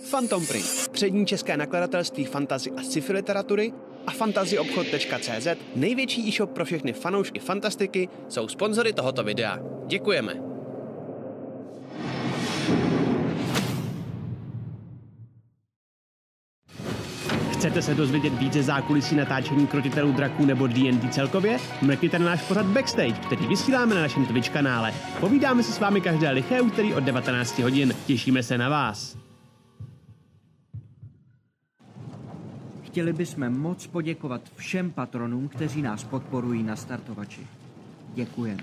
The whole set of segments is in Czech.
Phantom Print, přední české nakladatelství fantasy a sci-fi literatury, a fantazyobchod.cz, největší e-shop pro všechny fanoušky fantastiky, jsou sponzory tohoto videa. Děkujeme. Chcete se dozvědět více zákulisí natáčení Krotitelů draků nebo D&D celkově? Mrkněte na náš pořad Backstage, který vysíláme na našem Twitch kanále. Povídáme si s vámi každé liché úterý od 19 hodin. Těšíme se na vás. Chtěli bychom moc poděkovat všem patronům, kteří nás podporují na startovači. Děkujeme.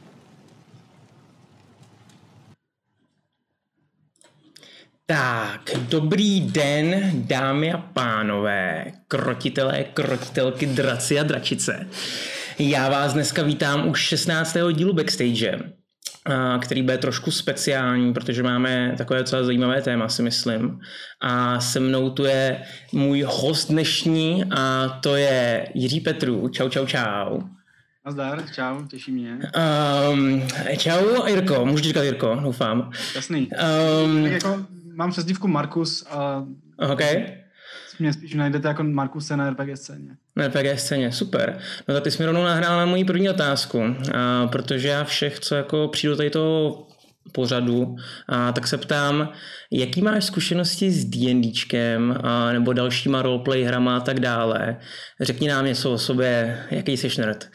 Tak, dobrý den, dámy a pánové, krotitelé, krotitelky, draci a dračice. Já vás dneska vítám u 16. dílu Backstage, který bude trošku speciální, protože máme takové docela zajímavé téma, si myslím. A se mnou tu je můj host dnešní a to je Jiří Petrů. Čau, čau, čau. Nazdar, čau, těší mě. Čau, Jirko, můžu říkat Jirko, doufám. Jasný. Tak jako mám přezdívku Markus a mě spíš najdete jako Markuse na RPG scéně. Na RPG scéně, super. No tak ty jsi mi rovnou nahrál na moji první otázku, protože já všech, co jako přijdu tady toho pořadu, tak se ptám, jaký máš zkušenosti s D&Dčkem nebo dalšíma roleplay hrama a tak dále. Řekni nám něco o sobě, jaký jsi nerd.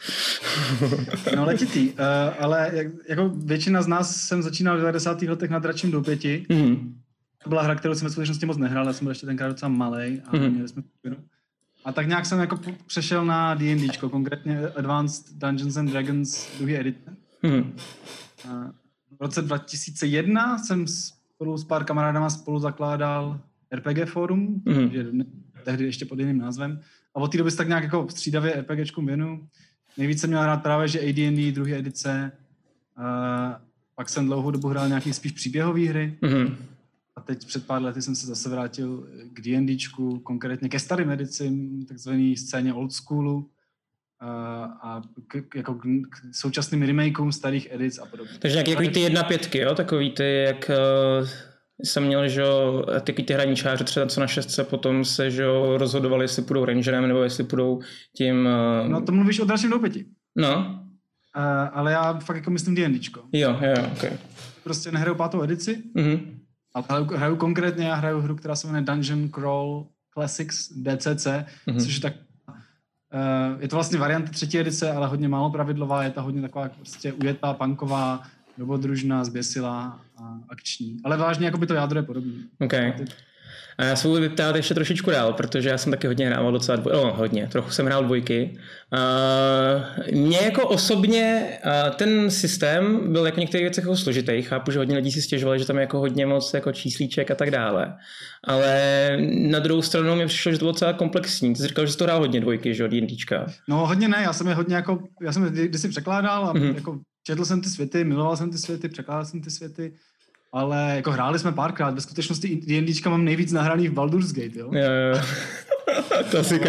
No letitý, ale jako většina z nás jsem začínal v 90. letech na Dračím doupěti. Mm-hmm. To byla hra, kterou jsem ve skutečnosti moc nehrál, já jsem byl ještě tenkrát docela malej a měli jsme skupinu. A tak nějak jsem jako přešel na D&Dčko, konkrétně Advanced Dungeons and Dragons 2. edice. Mm-hmm. V roce 2001 jsem spolu s pár kamarádama spolu zakládal RPG Forum, tehdy ještě pod jiným názvem. A od té doby se tak nějak jako střídavě RPGčkům věnu. Nejvíc jsem měl hrát právě, že AD&D 2. edice. Pak jsem dlouhou dobu hrál nějaký spíš příběhové hry. Mm-hmm. A teď před pár lety jsem se zase vrátil k D&Dčku, konkrétně ke starým edicím, takzvaný scéně old schoolu. A k současným remakeům starých edic a podobně. Takže nějaký ty 1.5, jo? Takový ty, jak jsem měl, že ty hraničáři třeba co na 6 potom se že rozhodovali, jestli půjdou rangerem nebo jestli půjdou tím... No to mluvíš o Dračím doupěti. No. Ale já fakt jako myslím D&Dčko. Jo, okay. Prostě nehraju 5. edici, ale hraju konkrétně, já hraju hru, která se jmenuje Dungeon Crawl Classics DCC, což je tak je to vlastně varianta 3. edice, ale hodně málo pravidlová, je to hodně taková prostě ujetá, punková, dobrodružná, zběsilá a akční. Ale vážně jako by to jádro je podobné. Okay. A já se budu vyptát ještě trošičku dál, protože já jsem taky hodně hrával docela trochu jsem hrál dvojky. Mně jako osobně ten systém byl jako některých věcech jako složitý. Chápu, že hodně lidí si stěžovali, že tam je jako hodně moc jako číslíček a tak dále. Ale na druhou stranu mi přišlo, že to bylo docela komplexní. Ty jsi říkal, že jsi to hrál hodně dvojky, že D&Dčka. No hodně ne, já jsem je kdysi překládal a jako četl jsem ty světy, miloval jsem ty světy, překládal jsem ty světy. Ale jako hráli jsme párkrát, ve skutečnosti D&Dčka mám nejvíc nahraný v Baldur's Gate, jo? Jo. Klasika.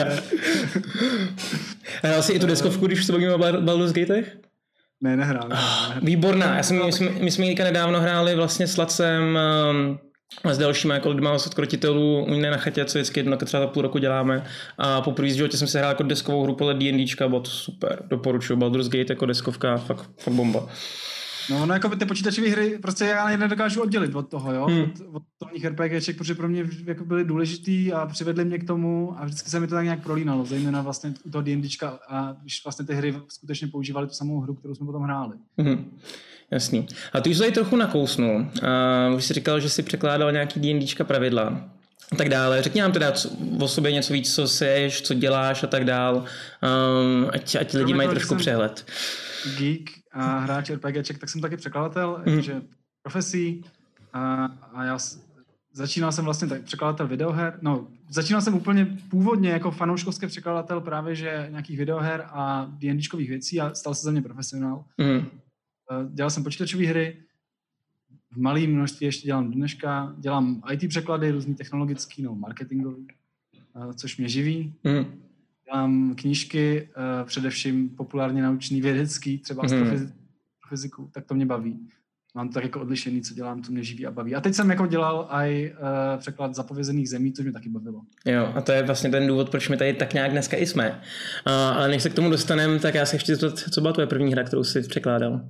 Hrál jsi i tu deskovku, když se bavíme o Baldur's Gatech? Ne, nehrál. Výborná, my jsme ji nedávno hráli vlastně s Lacem s dalšíma jako lidma od krotitelů u mě na chatě, co vždycky jedno třeba za půl roku děláme. A poprvé v životě jsem se hrál jako deskovou hru podle D&Dčka, bylo to super, doporučuji. Baldur's Gate jako deskovka, fakt bomba. No jako by ty počítačové hry prostě já nedokážu oddělit od toho, jo, od těch RPGček, protože pro mě jako byly důležitý a přivedli mě k tomu a vždycky se mi to tak nějak prolínalo, zejména vlastně u toho D&Dčka a když vlastně ty hry skutečně používali tu samou hru, kterou jsme potom hráli. Jasný. A ty už tady trochu nakousnul. Už jsi říkal, že jsi překládal nějaký D&Dčka pravidla a tak dále. Řekni nám teda o sobě něco víc, co seš, co děláš a tak dál, ať lidi mají trošku přehled. Geek a hráč RPGček, tak jsem taky překladatel, jakože profesí a já začínal jsem vlastně tak překladatel videoher, začínal jsem úplně původně jako fanouškovský překladatel právě, že nějakých videoher a D&Dčkových věcí a stal se ze mě profesionál. Dělal jsem počítačové hry, v malém množství ještě dělám do dneška, dělám IT překlady, různý technologický, marketingový, což mě živí. Dělám knížky, především populárně naučný vědecký, třeba astrofyziku, tak to mě baví. mám to tak jako odlišený, co dělám, co mě živí a baví. A teď jsem jako dělal i překlad Zapovězených zemí, což mě taky bavilo. Jo, a to je vlastně ten důvod, proč my tady tak nějak dneska i jsme. Ale než se k tomu dostaneme, tak já se ještě zeptat, co byla tvoje první hra, kterou jsi překládal?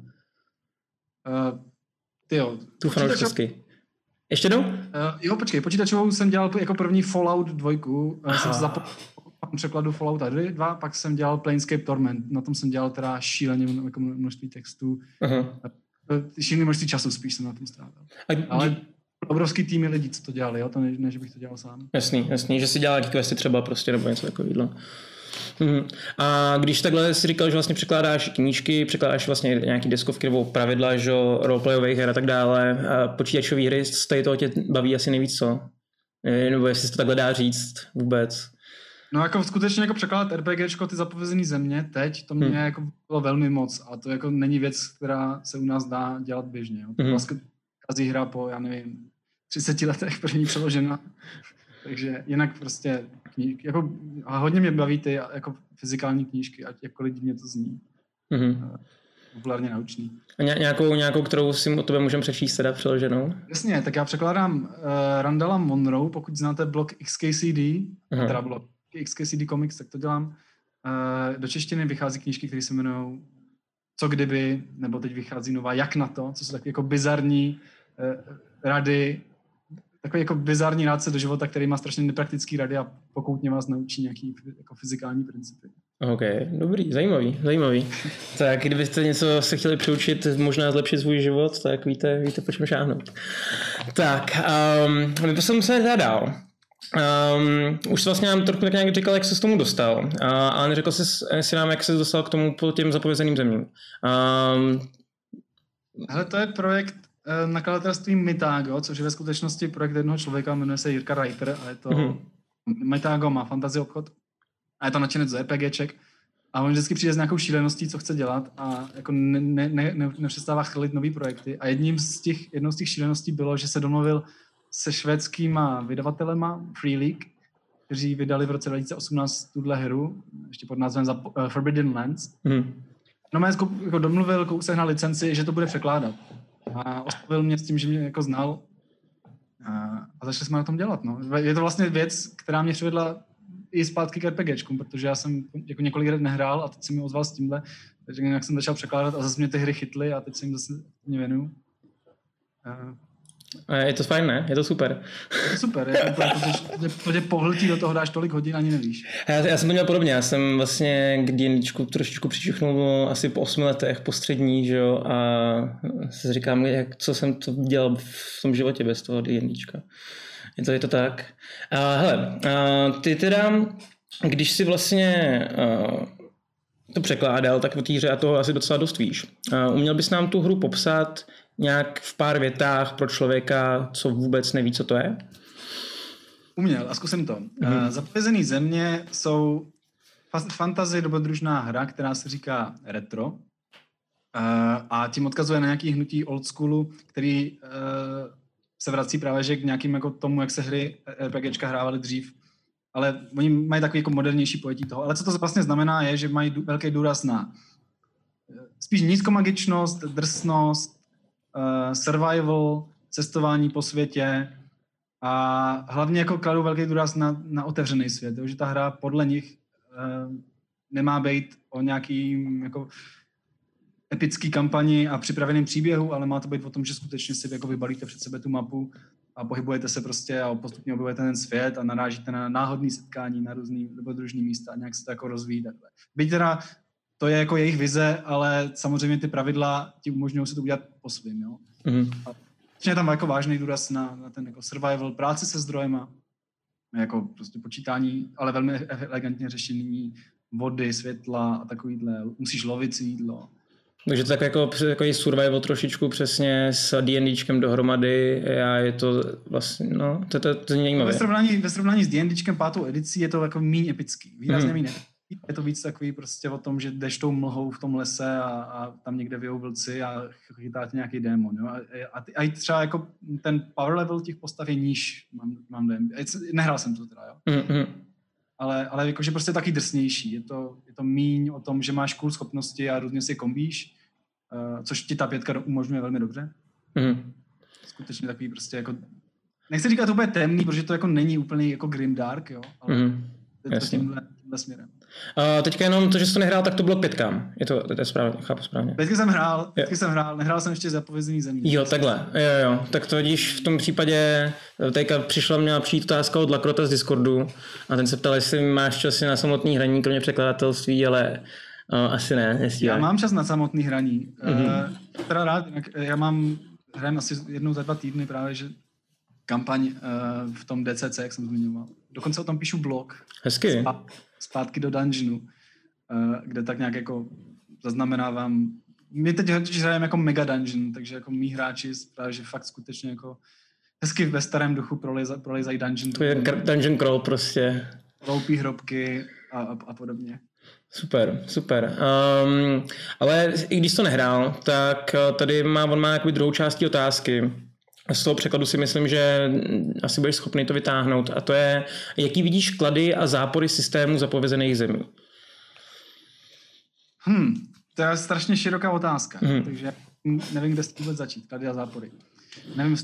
Tu fanouškovsky. Ještě jednou? Jo, počkej, počítačovou jsem dělal jako první Fallout 2, jsem se zapomněl překladu Fallouta 2, pak jsem dělal Planescape Torment, na tom jsem dělal teda šíleně jako množství textů, šílené množství času spíš jsem na tom strávil. Ale obrovský týmy lidí, co to dělali, jo? To ne, že bych to dělal sám. Jasný, že si dělal jaký questy třeba prostě, nebo něco takového. A když takhle si říkal, že vlastně překládáš knížky, překládáš vlastně nějaký deskovky nebo pravidla, že roleplayových her a tak dále, a počítačové hry, z toho tě baví asi nejvíc, co? Nebo jestli se to takhle dá říct vůbec? No jako skutečně jako překládat RPGčko, ty Zapovězený země, teď to mě jako bylo velmi moc a to jako není věc, která se u nás dá dělat běžně. Jo. To vlastně kazí hra po, já nevím, 30 letech první přeložena. Takže jinak prostě knížky, jako, a hodně mě baví ty jako fyzikální knížky, ať jakkoliv divně to zní. Populárně naučný. A nějakou, kterou si o tebe můžeme přečíst teda přeloženou? Jasně, tak já překládám Randalla Monroe, pokud znáte blog XKCD, teda blog XKCD Comics, tak to dělám. Do češtiny vychází knížky, které se jmenují Co kdyby, nebo teď vychází nová Jak na to, co jsou takové jako bizarní rady, takový jako bizarní rádce do života, který má strašně nepraktický rady a pokoutně vás naučí nějaký jako fyzikální principy. OK, dobrý, zajímavý. Tak kdybyste něco se chtěli přiučit, možná zlepšit svůj život, tak víte po čem šáhnout. Tak, my to jsem museli dát dál. Už jsi vlastně nám trochu tak nějak říkal, jak jsi s tomu dostal, ale neřekl jsi nám, jak jsi dostal k tomu po těm Zapovězeným zemím. Hele, to je projekt nakladatelství Mythago, což je ve skutečnosti projekt jednoho člověka, jmenuje se Jirka Reiter a je to Mythago má fantasy obchod a je to nadšenec z RPGček a on vždycky přijde s nějakou šíleností, co chce dělat a jako nepřestává chrlit nový projekty a jednou z těch šíleností bylo, že se domluvil se švédskýma vydavatelema Free League, kteří vydali v roce 2018 tuhle hru, ještě pod názvem Forbidden Lands. No mě jako domluvil, kousek na licenci, že to bude překládat. A oslovil mě s tím, že mě jako znal a začali jsme na tom dělat. No. Je to vlastně věc, která mě přivedla i zpátky k RPGčkům, protože já jsem jako několik let nehrál a teď jsem mi ozval s tímhle, takže nějak jsem začal překládat a zase mě ty hry chytly a teď se jim zase mě věnuju. Je to fajn, ne? Je to super. Je to super, to tě pohltí, do toho dáš tolik hodin, ani nevíš. Já jsem to měl podobně, já jsem vlastně k D&Dčku trošičku přičuchnul asi po 8 letech, po střední, že jo, a si říkám, co jsem to dělal v tom životě bez toho D&Dčka. Je to tak. Hele, ty teda, když si vlastně to překládal, tak o té hře a toho asi docela dost víš. Uměl bys nám tu hru popsat nějak v pár větách pro člověka, co vůbec neví, co to je? Uměl a zkusím to. Zapovězený země jsou fantasy dobrodružná hra, která se říká retro a tím odkazuje na nějaký hnutí old schoolu, který se vrací právě že k nějakým jako tomu, jak se hry RPGčka hrávaly dřív. Ale oni mají takový jako modernější pojetí toho. Ale co to vlastně znamená je, že mají velký důraz na spíš nízkomagičnost, drsnost, survival, cestování po světě a hlavně jako kladou velký důraz na otevřený svět, že ta hra podle nich nemá být o nějakým jako epický kampani a připraveným příběhu, ale má to být o tom, že skutečně si jako vybalíte před sebe tu mapu a pohybujete se prostě a postupně objevujete ten svět a narážíte na náhodné setkání, na různý dobrodružný místa a nějak se to jako rozvíjí takhle. Byť teda to je jako jejich vize, ale samozřejmě ty pravidla ti umožňují si to udělat po svým, jo. A tam jako vážný důraz na ten jako survival, práci se zdrojema, jako prostě počítání, ale velmi elegantně řešení vody, světla a takovýhle, musíš lovit si jídlo. Takže to takový survival trošičku přesně s D&Dčkem dohromady a je to vlastně, no, to je zajímavé. Ve srovnání s D&Dčkem 5. edicí je to jako míň epický, výrazně míň epický. Je to víc takový prostě o tom, že jdeš tou mlhou v tom lese a tam někde vyjou vlci a chytáte nějaký démon. Jo? A třeba jako ten power level těch postav je níž, mám dojem. Nehrál jsem to teda, jo. Ale jakože prostě taky drsnější. Je to míň o tom, že máš cool schopnosti a různě si kombíš, což ti ta 5 umožňuje velmi dobře. Skutečně takový prostě jako, nechci říkat to úplně temný, protože to jako není úplně jako grimdark, jo, ale je to tímhle směrem. Teďka jenom to, že jsi to nehrál, tak to bylo k 5. Je to správně, chápu správně. 5 jsem hrál, nehrál jsem ještě Zapovězený země. Jo, takhle, jo. Tak to když v tom případě, teďka měla přijít otázka od Lakrota z Discordu a ten se ptal, jestli máš čas na samotný hraní, kromě překladatelství, ale asi ne. Já mám čas na samotný hraní. Teda rád, hrajem asi jednou za 2 týdny právě, že kampaň v tom DCC, jak jsem zmiňoval. Dokonce o tom píšu blog. Hezky. Zpátky do dungeonu, kde tak nějak jako zaznamenávám. My teď hrajeme jako mega dungeon, takže jako mý hráči právě, že fakt skutečně jako hezky ve starém duchu prolejzají dungeon. To je dungeon crawl prostě. Loupí hrobky a podobně. Super. Ale i když to nehrál, tak tady on má jakoby druhou částí otázky. Z toho překladu si myslím, že asi budeš schopný to vytáhnout. A to je, jaký vidíš klady a zápory systému Zapovězených zemí? To je strašně široká otázka, takže nevím, kde vůbec začít. Klady a zápory. Nevím,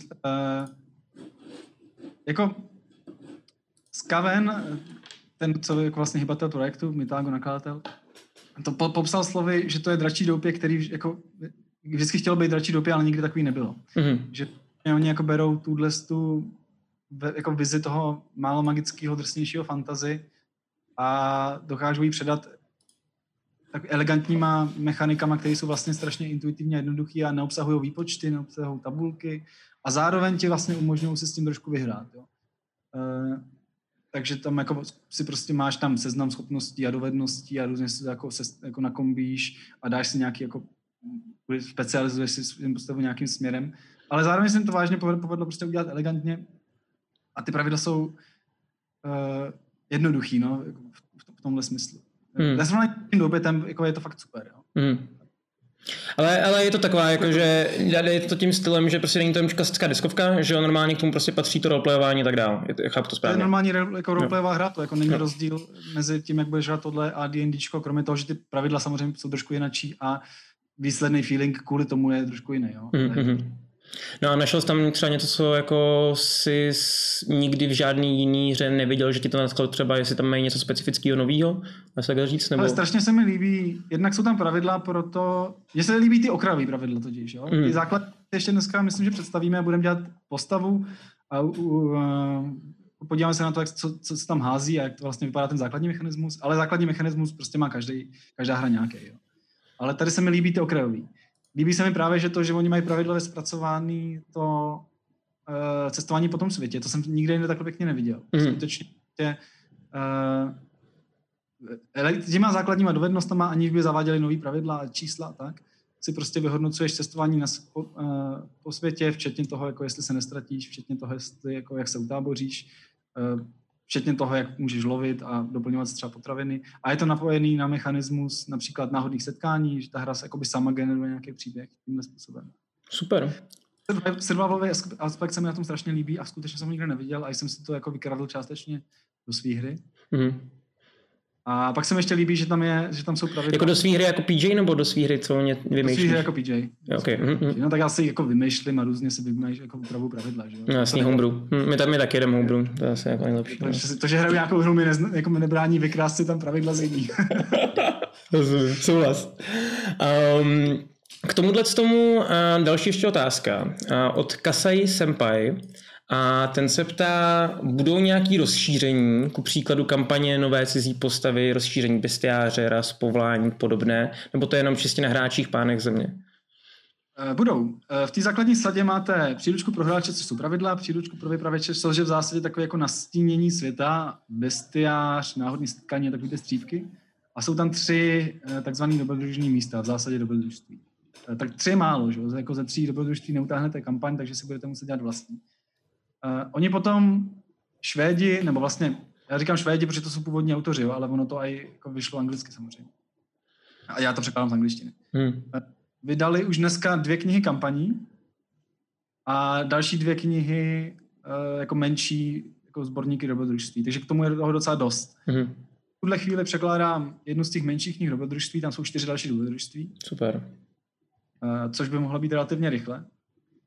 jako Skaven, ten, co je jako vlastně hybatel projektu, Mythago nakladatel, to popsal slovy, že to je dračí doupě, který jako vždycky chtěl být dračí doupě, ale nikdy takový nebylo. Že oni jako berou tuhle jako vizi toho málo magického, drsnějšího fantasy a dokážou jí předat tak elegantníma mechanikama, které jsou vlastně strašně intuitivně jednoduchý a neobsahují výpočty, neobsahují tabulky a zároveň ti vlastně umožňují si s tím trošku vyhrát. Jo. Takže tam jako si prostě máš tam seznam schopností a dovedností a různě si to jako nakombíš a dáš si nějaký jako specializuješ si svým postavu nějakým směrem. Ale zároveň se to vážně povedlo prostě udělat elegantně a ty pravidla jsou jednoduchý, no, v tomhle smyslu. Ve srovnání s tím doupětem jako je to fakt super, jo. Ale je to taková, jako, že je to tím stylem, že prostě není to jen klasická diskovka, že normálně k tomu prostě patří to roleplayování a tak dále. Chápu to správně. To je normální jako roleplayová hra, to jako není rozdíl mezi tím, jak budeš hrát tohle a D&Dčko, kromě toho, že ty pravidla samozřejmě jsou trošku jinačí a výsledný feeling kvůli tomu je trošku jiný, jo. No a našel jsi tam třeba něco, co jako jsi nikdy v žádný jiný hře neviděl, že ti to nadchlo třeba, jestli tam mají něco specifického nového? Dá se tak říct? Nebo... Ale strašně se mi líbí, jednak jsou tam pravidla proto, mně se líbí ty okrajové pravidla totiž, jo? Ty základ ještě dneska myslím, že představíme a budeme dělat postavu a podíváme se na to, co se tam hází a jak to vlastně vypadá ten základní mechanismus, ale základní mechanismus prostě má každá hra nějaký, jo? Ale tady se mi líbí ty okrajový. Líbí se mi právě, že to, že oni mají pravidlově zpracovaný to cestování po tom světě. To jsem nikdy jinde takhle pěkně neviděl. Skutečně těma základníma dovednostama, aniž by zaváděli nový pravidla a čísla a tak, si prostě vyhodnocuješ cestování po světě, včetně toho, jako jestli se nestratíš, včetně toho, jako jak se utáboříš, včetně toho, jak můžeš lovit a doplňovat třeba potraviny. A je to napojený na mechanismus například náhodných setkání, že ta hra se jakoby sama generuje nějaký příběh tímhle způsobem. Super. Survivalový aspekt se mi na tom strašně líbí a skutečně jsem ho nikdy neviděl a jsem si to jako vykradl částečně do své hry. A pak se mi ještě líbí, že tam jsou pravidla. Jako do svý hry jako PJ nebo do svý hry, co mě vymýšlíš? Do svý hry jako PJ. Okay. No tak já si jako vymýšlím a různě si vymýšlím jako upravu pravidla. Že? No jasný, homebrew. My tam taky jedeme homebrew, to je asi jako nejlepší. To, že hraju nějakou hru, mi nebrání vykrást si tam pravidla z jiných. Souhlas. K tomu další ještě otázka. Od Kasai Senpai. A ten se ptá, budou nějaké rozšíření, ku příkladu kampaně nové cizí postavy, rozšíření bestiáře, ras, povolání, podobné, nebo to je jenom čistě na hráčích Pánech země? Budou. V té základní sadě máte příručku pro hráče, což jsou pravidla, příručku pro vypravěče, což je v zásadě takové jako nastínění světa, bestiář, náhodný setkání a takové ty střípky. A jsou tam 3 takzvané dobrodružní místa, v zásadě dobrodružství. Tak 3 je málo, že? Jako ze 3 dobrodružství neutáhnete kampaň, takže si budete muset dělat vlastní. Oni potom Švédi, nebo vlastně, já říkám Švédi, protože to jsou původní autoři, jo, ale ono to i jako vyšlo anglicky samozřejmě. A já to překládám z angličtiny. Vydali už dneska 2 knihy kampaní a další 2 knihy jako menší jako sborníky dobrodružství, takže k tomu je toho docela dost. V tuhle chvíli překládám jednu z těch menších knih dobrodružství, tam jsou 4 další dobrodružství. Super. Což by mohlo být relativně rychle.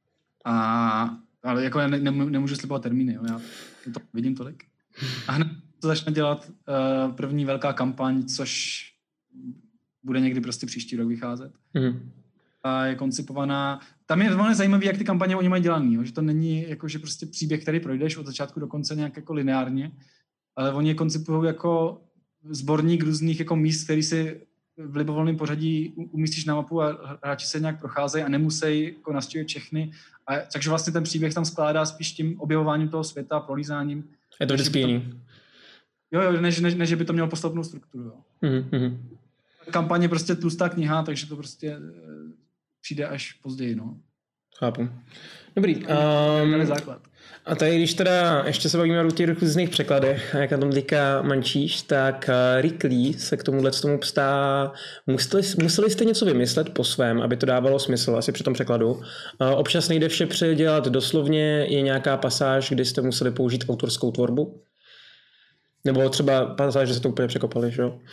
Ale jako já nemůžu slibovat termíny, jo. Já to vidím tolik. A hned to začne dělat první velká kampaň, což bude někdy prostě příští rok vycházet. A je koncipovaná. Tam je velmi zajímavý, jak ty kampaně oni mají dělaný, jo? Že to není jako, že prostě příběh, který projdeš od začátku do konce nějak jako lineárně, ale oni je koncipují jako sborník různých jako míst, který si v libovolném pořadí umístíš na mapu a hráči se nějak procházejí a nemusí jako navštívit všechny. Takže vlastně ten příběh tam skládá spíš tím objevováním toho světa, prolízáním. Je to vždycky jiný. Jo, než by to mělo postupnou strukturu. Jo. Kampaň je prostě tlustá kniha, takže to prostě přijde až později, no. Chápu. Dobrý. Základ. A tady, když teda ještě se bavíme o těch různých překladech, jak na tom teďka mančíš, tak rychlý se k tomu ptá, museli jste něco vymyslet po svém, aby to dávalo smysl asi při tom překladu. Občas nejde vše předělat doslovně, je nějaká pasáž, kdy jste museli použít autorskou tvorbu? Nebo třeba pasáž, že se to úplně překopali, že jo?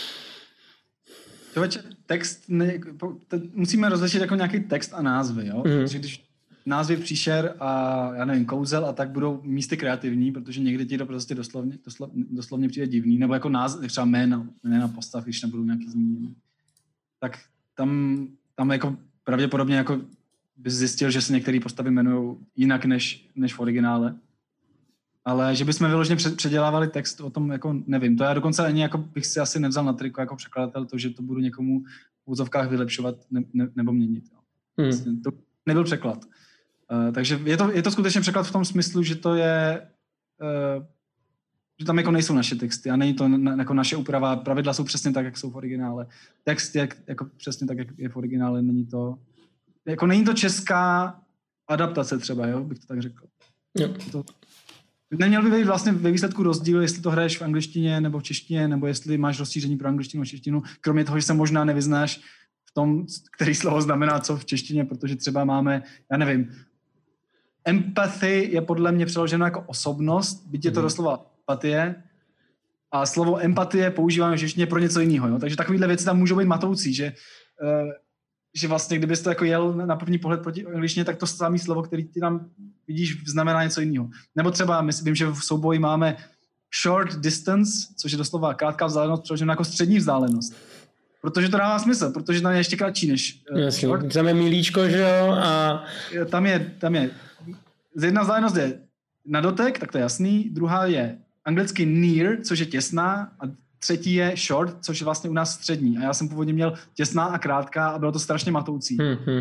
Text, musíme rozlišit jako nějaký text a názvy, jo? Protože když názvy příšer a já nevím, kouzel a tak budou místy kreativní, protože někdy ti to prostě doslovně přijde divný, nebo jako třeba jména postav, když nebudou nějaký zmíněný. Tak tam jako pravděpodobně jako bys zjistil, že se některé postavy jmenují jinak než v originále. Ale že bychom vyloženě předělávali text, o tom jako nevím. To já dokonce ani jako bych si asi nevzal na triko jako překladatel to, že to budu někomu v úzovkách vylepšovat nebo měnit. Jo. To nebyl překlad. Takže je to skutečně překlad v tom smyslu, že to je, že tam jako nejsou naše texty a není to jako naše úprava. Pravidla jsou přesně tak, jak jsou v originále. Text je jako přesně tak, jak je v originále. Není to česká adaptace třeba, jo, bych to tak řekl. Jo. Neměl by být vlastně ve výsledku rozdíl, jestli to hraješ v angličtině nebo v češtině, nebo jestli máš rozšíření pro angličtinu a češtinu, kromě toho, že se možná nevyznáš v tom, který slovo znamená co v češtině, protože třeba máme, já nevím, empathy je podle mě přeloženo jako osobnost, byť je to doslova empatie, a slovo empatie používáme v češtině pro něco jiného. Jo? Takže takovéhle věci tam můžou být matoucí, že vlastně, kdybys to jako jel na první pohled proti angličtině, tak to samé slovo, který ty tam vidíš, znamená něco jiného. Nebo třeba, myslím, že v souboji máme short distance, což je doslova krátká vzdálenost, přeloženo jako střední vzdálenost. Protože to dává smysl, protože tam je ještě kratší než short. Tam je milíčko, že jo? A... Tam je jedna vzdálenost je na dotek, tak to je jasný. Druhá je anglicky near, což je těsná, a třetí je short, což je vlastně u nás střední. A já jsem původně měl těsná a krátká a bylo to strašně matoucí.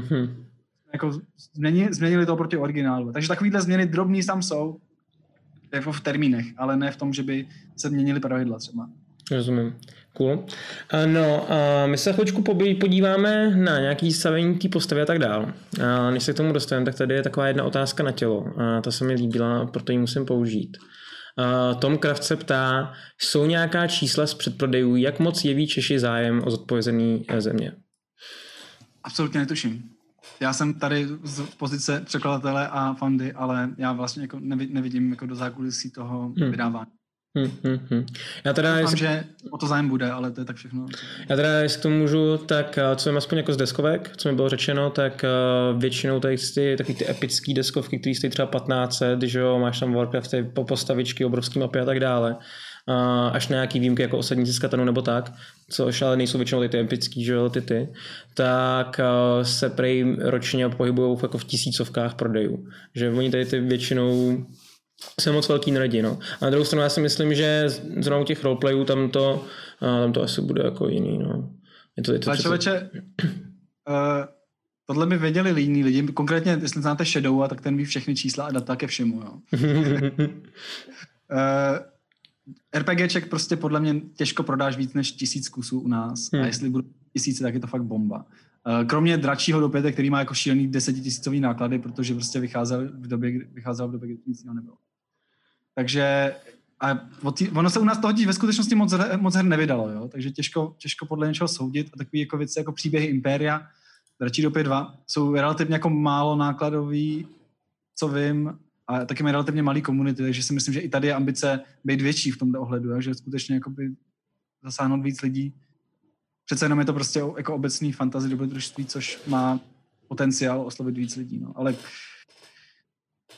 Jako změnili to proti originálu. Takže takovýhle změny drobný tam jsou, jako v termínech, ale ne v tom, že by se měnily pravidla třeba. Rozumím. Cool. No, my se chvíličku podíváme na nějaký stavení té postavy a tak dál. Než se k tomu dostaneme, tak tady je taková jedna otázka na tělo. Ta se mi líbila, proto ji musím použít. Tom Kraft se ptá, jsou nějaká čísla z předprodejů, jak moc jeví Češi zájem o zodpovězený země? Absolutně netuším. Já jsem tady z pozice překladatele a fandy, ale já vlastně jako nevidím jako do zákulisí toho vydávání. Já teda doufám, že o to zájem bude, ale to je tak všechno. Já teda, jestli k tomu můžu, tak co vím aspoň jako z deskovek, co mi bylo řečeno, tak většinou tady takový ty epický deskovky, které stojí třeba 1500, že jo, máš tam Warcraft, postavičky, obrovský mapy a tak dále. Až na nějaký výjimky jako Osadníci z Katanu nebo tak, což ale nejsou většinou ty epický, že jo, ty, tak se prej ročně pohybujou jako v tisícovkách prodejů. Že oni tady ty většinou jsou moc velký neradi, no. A na druhou stranu já si myslím, že zrovna těch roleplayů tam to asi bude jako jiný, no. Člověče, tohle by věděli jiní lidi, konkrétně, jestli znáte Shadowa, tak ten ví všechny čísla a data ke všemu, jo. RPGček prostě podle mě těžko prodáš víc než 1000 kusů u nás a jestli budou 1000, tak je to fakt bomba. Kromě dračího dopěte, který má jako šílený 10 000 náklady, protože prostě vycházel v době, kdy nic jiného nebylo. Takže ono se u nás toho ve skutečnosti moc her nevydalo, jo? Takže těžko podle něčeho soudit a takové jako věci jako příběhy Impéria, Dračí dopě 2 jsou relativně jako málo nákladový, co vím, a taky mají relativně malý komunity, takže si myslím, že i tady je ambice být větší v tomto ohledu, jo? Že skutečně jakoby zasáhnout víc lidí. Přece jenom je to prostě jako obecný fantasy dobrodružství, což má potenciál oslovit víc lidí. No. Ale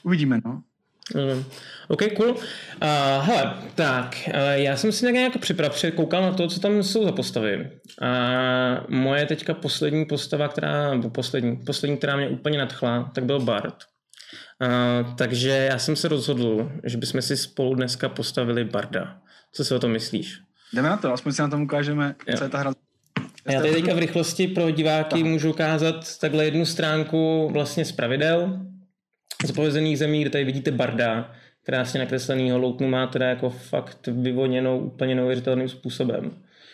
Uvidíme, no. OK, cool. Hele, tak, já jsem si nějak koukal na to, co tam jsou za postavy. Moje teďka poslední postava, která mě úplně nadchla, tak byl Bard. Takže já jsem se rozhodl, že bychom si spolu dneska postavili Barda. Co si o tom myslíš? Jdeme na to, aspoň si na tom ukážeme, co je ta hra. Já tady teďka v rychlosti pro diváky můžu ukázat takhle jednu stránku vlastně z pravidel z povězených zemí, kde tady vidíte Barda, krásně nakreslenýho, loutnu má teda jako fakt vyvoněnou úplně neuvěřitelným způsobem.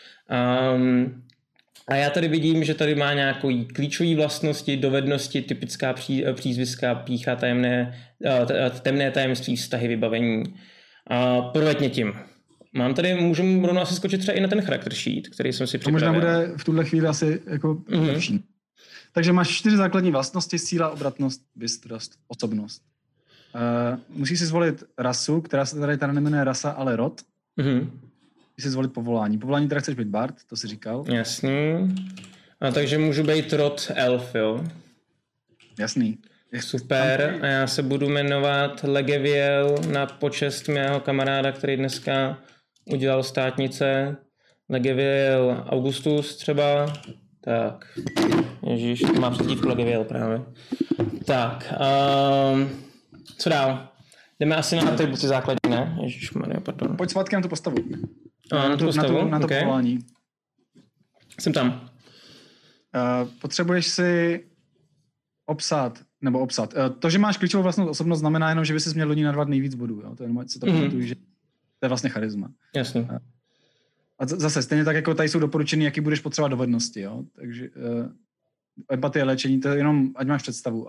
A já tady vidím, že tady má nějaké klíčové vlastnosti, dovednosti, typická přízviska, pýcha, temné tajemství, vztahy, vybavení. Proveď tím. Můžeme rovnou asi skočit třeba i na ten charakter sheet, který jsem si připravil. To možná bude v tuhle chvíli asi jako lepší. Takže máš 4 základní vlastnosti: síla, obratnost, bystrost, osobnost. Musíš si zvolit rasu, která se tady nemenuje rasa, ale rod. Musíš si zvolit povolání. Povolání teda chceš být bard, to si říkal. Jasný. Takže můžu být rod elf, jo? Jasný. Super. A já se budu jmenovat Legeviel na počest mého kamaráda, který dneska udělal státnice. Legeviel Augustus třeba. Tak. Ježíš, má přezdívku Legeviel právě. Tak. Co dál? Jdeme asi na atributy základní, ne? Ježišmarja, pardon. Pojď zpátky na tu postavu. Na tu postavu? Na to okay. povolání. Jsem tam. Potřebuješ si obsat. To, že máš klíčovou vlastnost osobnost, znamená jenom, že by si měl do ní narvat nejvíc bodů. Jo? To je jenom, si to pamatuju, že to je vlastně charisma. Jasně. A zase, stejně tak, jako tady jsou doporučený, jaký budeš potřebovat dovednosti. Jo? Takže empatie, léčení, to je jenom, ať máš představu.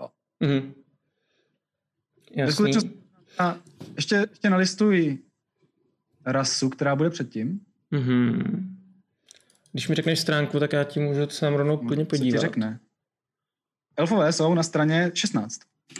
Jasný. Ještě nalistuj rasu, která bude předtím. Když mi řekneš stránku, tak já ti můžu se tam rovnou klidně podívat. Co ti řekne? Elfové jsou na straně 16.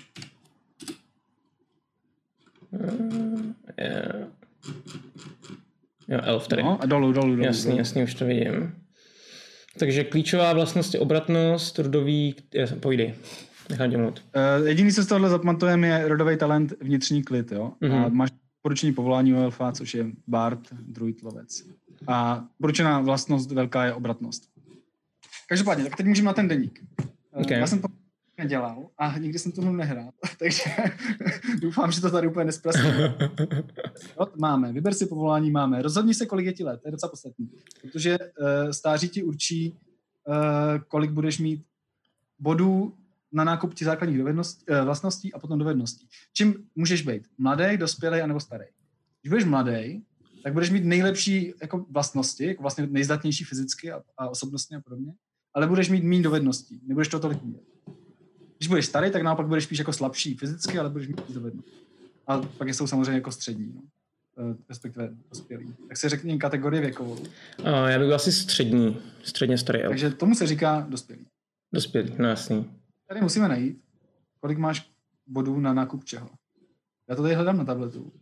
Jo, elf tady. No, a dolů. Jasný, už to vidím. Takže klíčová vlastnost je obratnost, rodový... Pojdej, nechám tě mluvit. Jediný, co z tohohle zapamatujeme, je rodový talent, vnitřní klid, jo? A máš poručení povolání u elfa, což je bard, druid, lovec. A poručená vlastnost velká je obratnost. Každopádně, tak teď můžeme na ten deník. Okay. Já jsem to nedělal a nikdy jsem to nehrál, takže doufám, že to tady úplně nesprasíme. Máme, vyber si povolání, máme. Rozhodni se, kolik je ti let, to je docela podstatný. Protože stáří ti určí, kolik budeš mít bodů na nákup těch základních vlastností a potom dovedností. Čím můžeš být? Mladý, dospělý anebo starý. Když budeš mladý, tak budeš mít nejlepší jako vlastnosti, jako vlastně nejzdatnější fyzicky a osobnostně a podobně, ale budeš mít méně dovedností, nebudeš to tolik mít. Když budeš starý, tak naopak budeš spíš jako slabší fyzicky, ale budeš mít dovednosti. A pak jsou samozřejmě jako střední, no. Respektive dospělý. Tak se řekni kategorii věkovou. Já bych byl asi středně starý. Takže tomu se říká dospělý. Dospělý, no jasný. Tady musíme najít, kolik máš bodů na nákup čeho. Já to tady hledám na tabletu.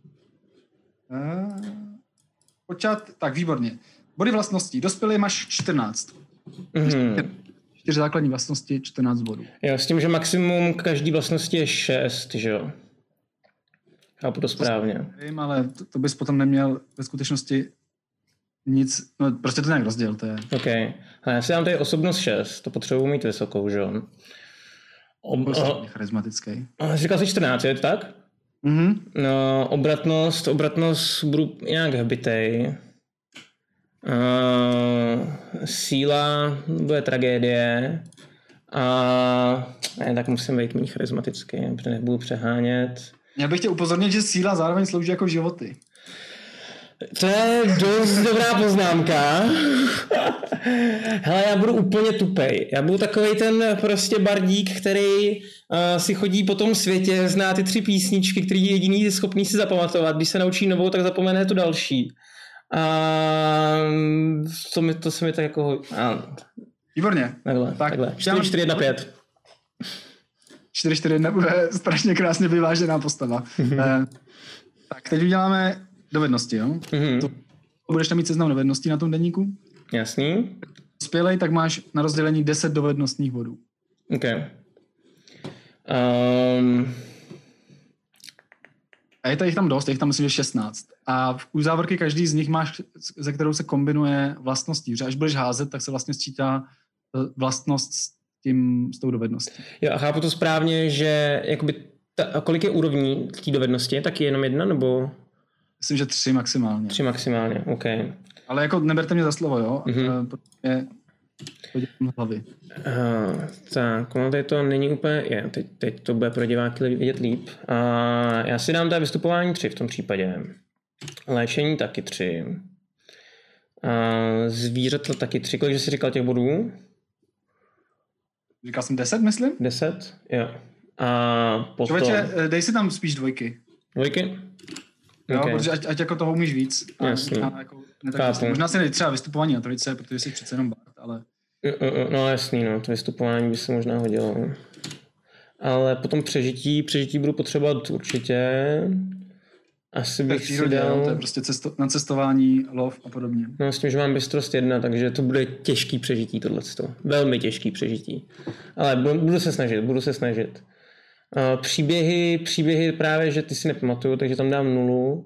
Tak, výborně. Body vlastností. Dospělý máš 14. 4 základní vlastnosti, 14 bodů. Jo, s tím, že maximum každý vlastnosti je 6, že jo? Chápu to správně. Vím, ale to bys potom neměl ve skutečnosti nic, no prostě to nějak rozděl, to je. OK. A já si dám tady osobnost 6, to potřebuji mít vysokou, že jo? Charismatický. Říkal jsi 14, je to tak? No, obratnost budu nějak hbitej. Síla bude tragédie. Tak musím být méně charismatický, protože nebudu přehánět. Já bych tě upozornit, že síla zároveň slouží jako životy. To je dost dobrá poznámka. Hele, já budu úplně tupej. Já budu takovej ten prostě bardík, který si chodí po tom světě, zná ty 3 písničky, který je jediný schopný si zapamatovat. Když se naučí novou, tak zapomene tu další. To se mi tak jako... Výborně. Takhle. 4, 4, 1, 5. 4, 4, 1 bude strašně krásně vyvážená postava. Tak, teď uděláme dovednosti, jo? Budeš tam mít seznam dovedností na tom deníku? Jasný. Dospělej, tak máš na rozdělení 10 dovednostních bodů. OK. A je jich tam dost, je jich tam myslím, že 16. A u závorky každý z nich máš, ze kterou se kombinuje vlastností. Že až budeš házet, tak se vlastně sčítá vlastnost s tou dovedností. Jo, a chápu to správně, že jakoby kolik je úrovní té dovednosti? Tak je jenom jedna, nebo? Myslím, že 3 maximálně. 3 maximálně, OK. Ale jako neberte mě za slovo, jo? Protože to dělám z hlavy. Tak, ono tady to není úplně... Teď to bude pro diváky vidět líp. Já si dám tady vystupování 3 v tom případě. Léčení taky 3. Zvířata taky 3. Kolik jsi říkal těch bodů? Říkal jsem 10, myslím? 10? Jo. A potom... Člověče, dej si tam spíš 2. 2? Jo, Okay. protože ať jako toho umíš víc. Jasně. Jako, možná si nejde třeba vystupování na 3, protože jsi přece jenom bard, ale... No jasný, no, to vystupování by se možná hodilo. Ale potom přežití budu potřebovat určitě. Asi bych si dal... To je prostě na cestování, lov a podobně. No s tím, že mám bystrost 1, takže to bude těžký přežití tohleto. Velmi těžký přežití. Ale budu se snažit. Příběhy právě, že ty si nepamatuju, takže tam dám 0.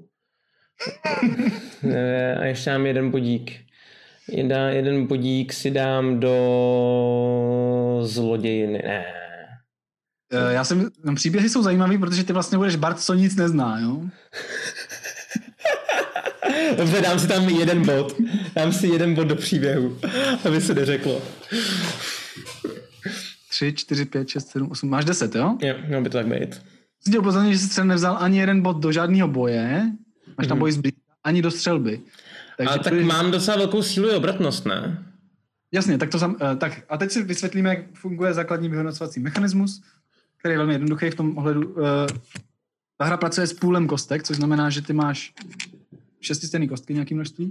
A ještě dám 1 bodík. Jeden bodík si dám do zlodějiny. Ne. Příběhy jsou zajímavý, protože ty vlastně budeš bard, co nic nezná, jo? Dobře, dám si tam 1 bod. Dám si 1 bod do příběhu, aby se neřeklo. 3, 4, 5, 6, 7, 8. Máš 10, jo? Jo, mělo by to tak být. Jsi tě upozornil, že jsi třeba nevzal ani 1 bod do žádného boje. Máš tam boj zblízka, ani do střelby. Takže ale tak mám docela velkou sílu i obratnost, ne? Jasně, tak a teď si vysvětlíme, jak funguje základní vyhodnocovací mechanismus, který je velmi jednoduchý v tom ohledu. Ta hra pracuje s půlem kostek, což znamená, že ty máš 6 kostky nějaký množství.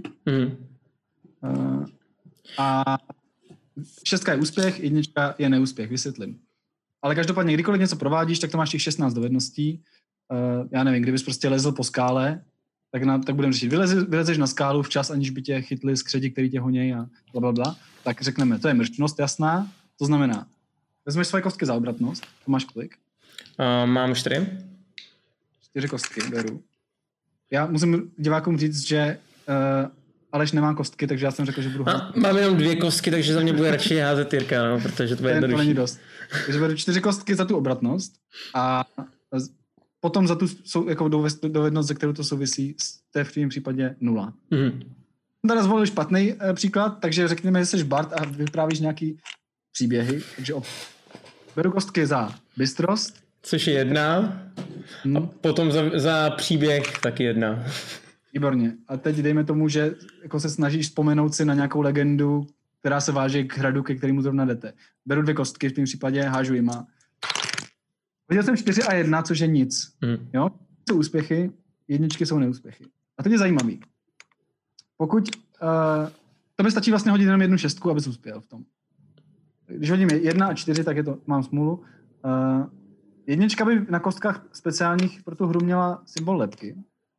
A 6 je úspěch, 1 je neúspěch, vysvětlím. Ale každopádně, kdykoliv něco provádíš, tak to máš těch 16 dovedností. Já nevím, kdybys prostě lezl po skále, tak budeme řešit. Vylezeš na skálu včas, aniž by tě chytli skřeti, který tě honějí a blablabla. Tak řekneme, to je mrštnost jasná. To znamená, vezmeš svoje kostky za obratnost. To máš kolik? Mám 4. 4 kostky beru. Já musím divákům říct, že Aleš nemá kostky, takže já jsem řekl, že budu házet. Mám jenom 2 kostky, takže za mě bude radši házet Jirka, no, protože to bude jednodušší. To není dost. Takže beru 4 kostky za tu obratnost a potom za tu jako dovednost, ze kterou to souvisí, to je v tvým případě 0. Tady zvolil špatný příklad, takže řekněme, že jsi bard a vyprávíš nějaký příběhy. Takže beru kostky za bystrost. Což je 1. A potom za příběh taky 1. Výborně. A teď dejme tomu, že jako se snažíš vzpomenout si na nějakou legendu, která se váže k hradu, ke kterému zrovna jdete. Beru 2 kostky, v tom případě hážu jima. Viděl jsem 4 a 1, což je nic. Jo? Jsou úspěchy, 1 jsou neúspěchy. A teď je zajímavý. Pokud to mi stačí vlastně hodit jenom 1 6, abys uspěl v tom. Když hodím 1 a 4, tak mám smůlu. 1 by na kostkách speciálních pro tu hru měla symbol lebky.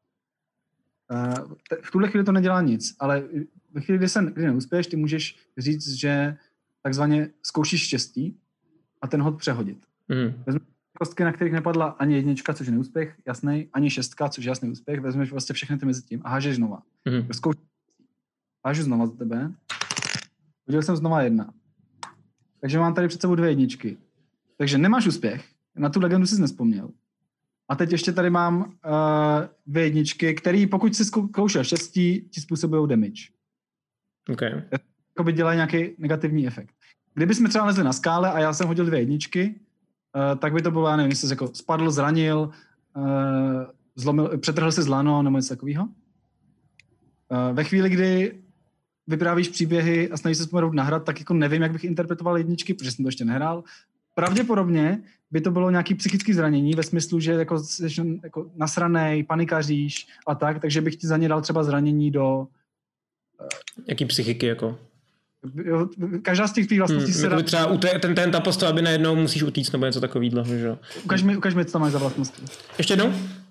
V tuhle chvíli to nedělá nic, ale ve chvíli, kdy neuspěješ, ty můžeš říct, že takzvaně zkoušíš štěstí a ten hod přehodit. Vezmeš kostky, na kterých nepadla ani 1, což je neúspěch, jasný, ani 6, což je jasný úspěch, vezmeš vlastně všechny ty mezi tím a hážeš znova. Hážu znova za tebe. Hodil jsem znova 1. Takže mám tady před sebou 2 1. Takže nemáš úspěch, na tu legendu jsi nespomněl. A teď ještě tady mám 2 1, který pokud si zkoušel štěstí, ti způsobují damage. Okay. Jakoby dělají nějaký negativní efekt. Kdyby jsme třeba lezli na skále a já jsem hodil 2 1, tak by to bylo, já nevím, jestli jsi jako spadl, zranil, přetrhl si zlano nebo něco takového. Ve chvíli, kdy vyprávíš příběhy a snažíš se vzpomenout na hrad, tak jako nevím, jak bych interpretoval 1, protože jsem to ještě nehrál. Pravděpodobně by to bylo nějaký psychický zranění ve smyslu, že jako jsi jako nasranej, panikaříš a tak, takže bych ti za ně dal třeba zranění do... Jaký psychiky jako? Každá z těch tvých vlastností se dá... Třeba ta postava, aby najednou musíš utíct nebo něco takovýhle, že jo? Ukaž mi, co tam máš za vlastnosti. Ještě jednou?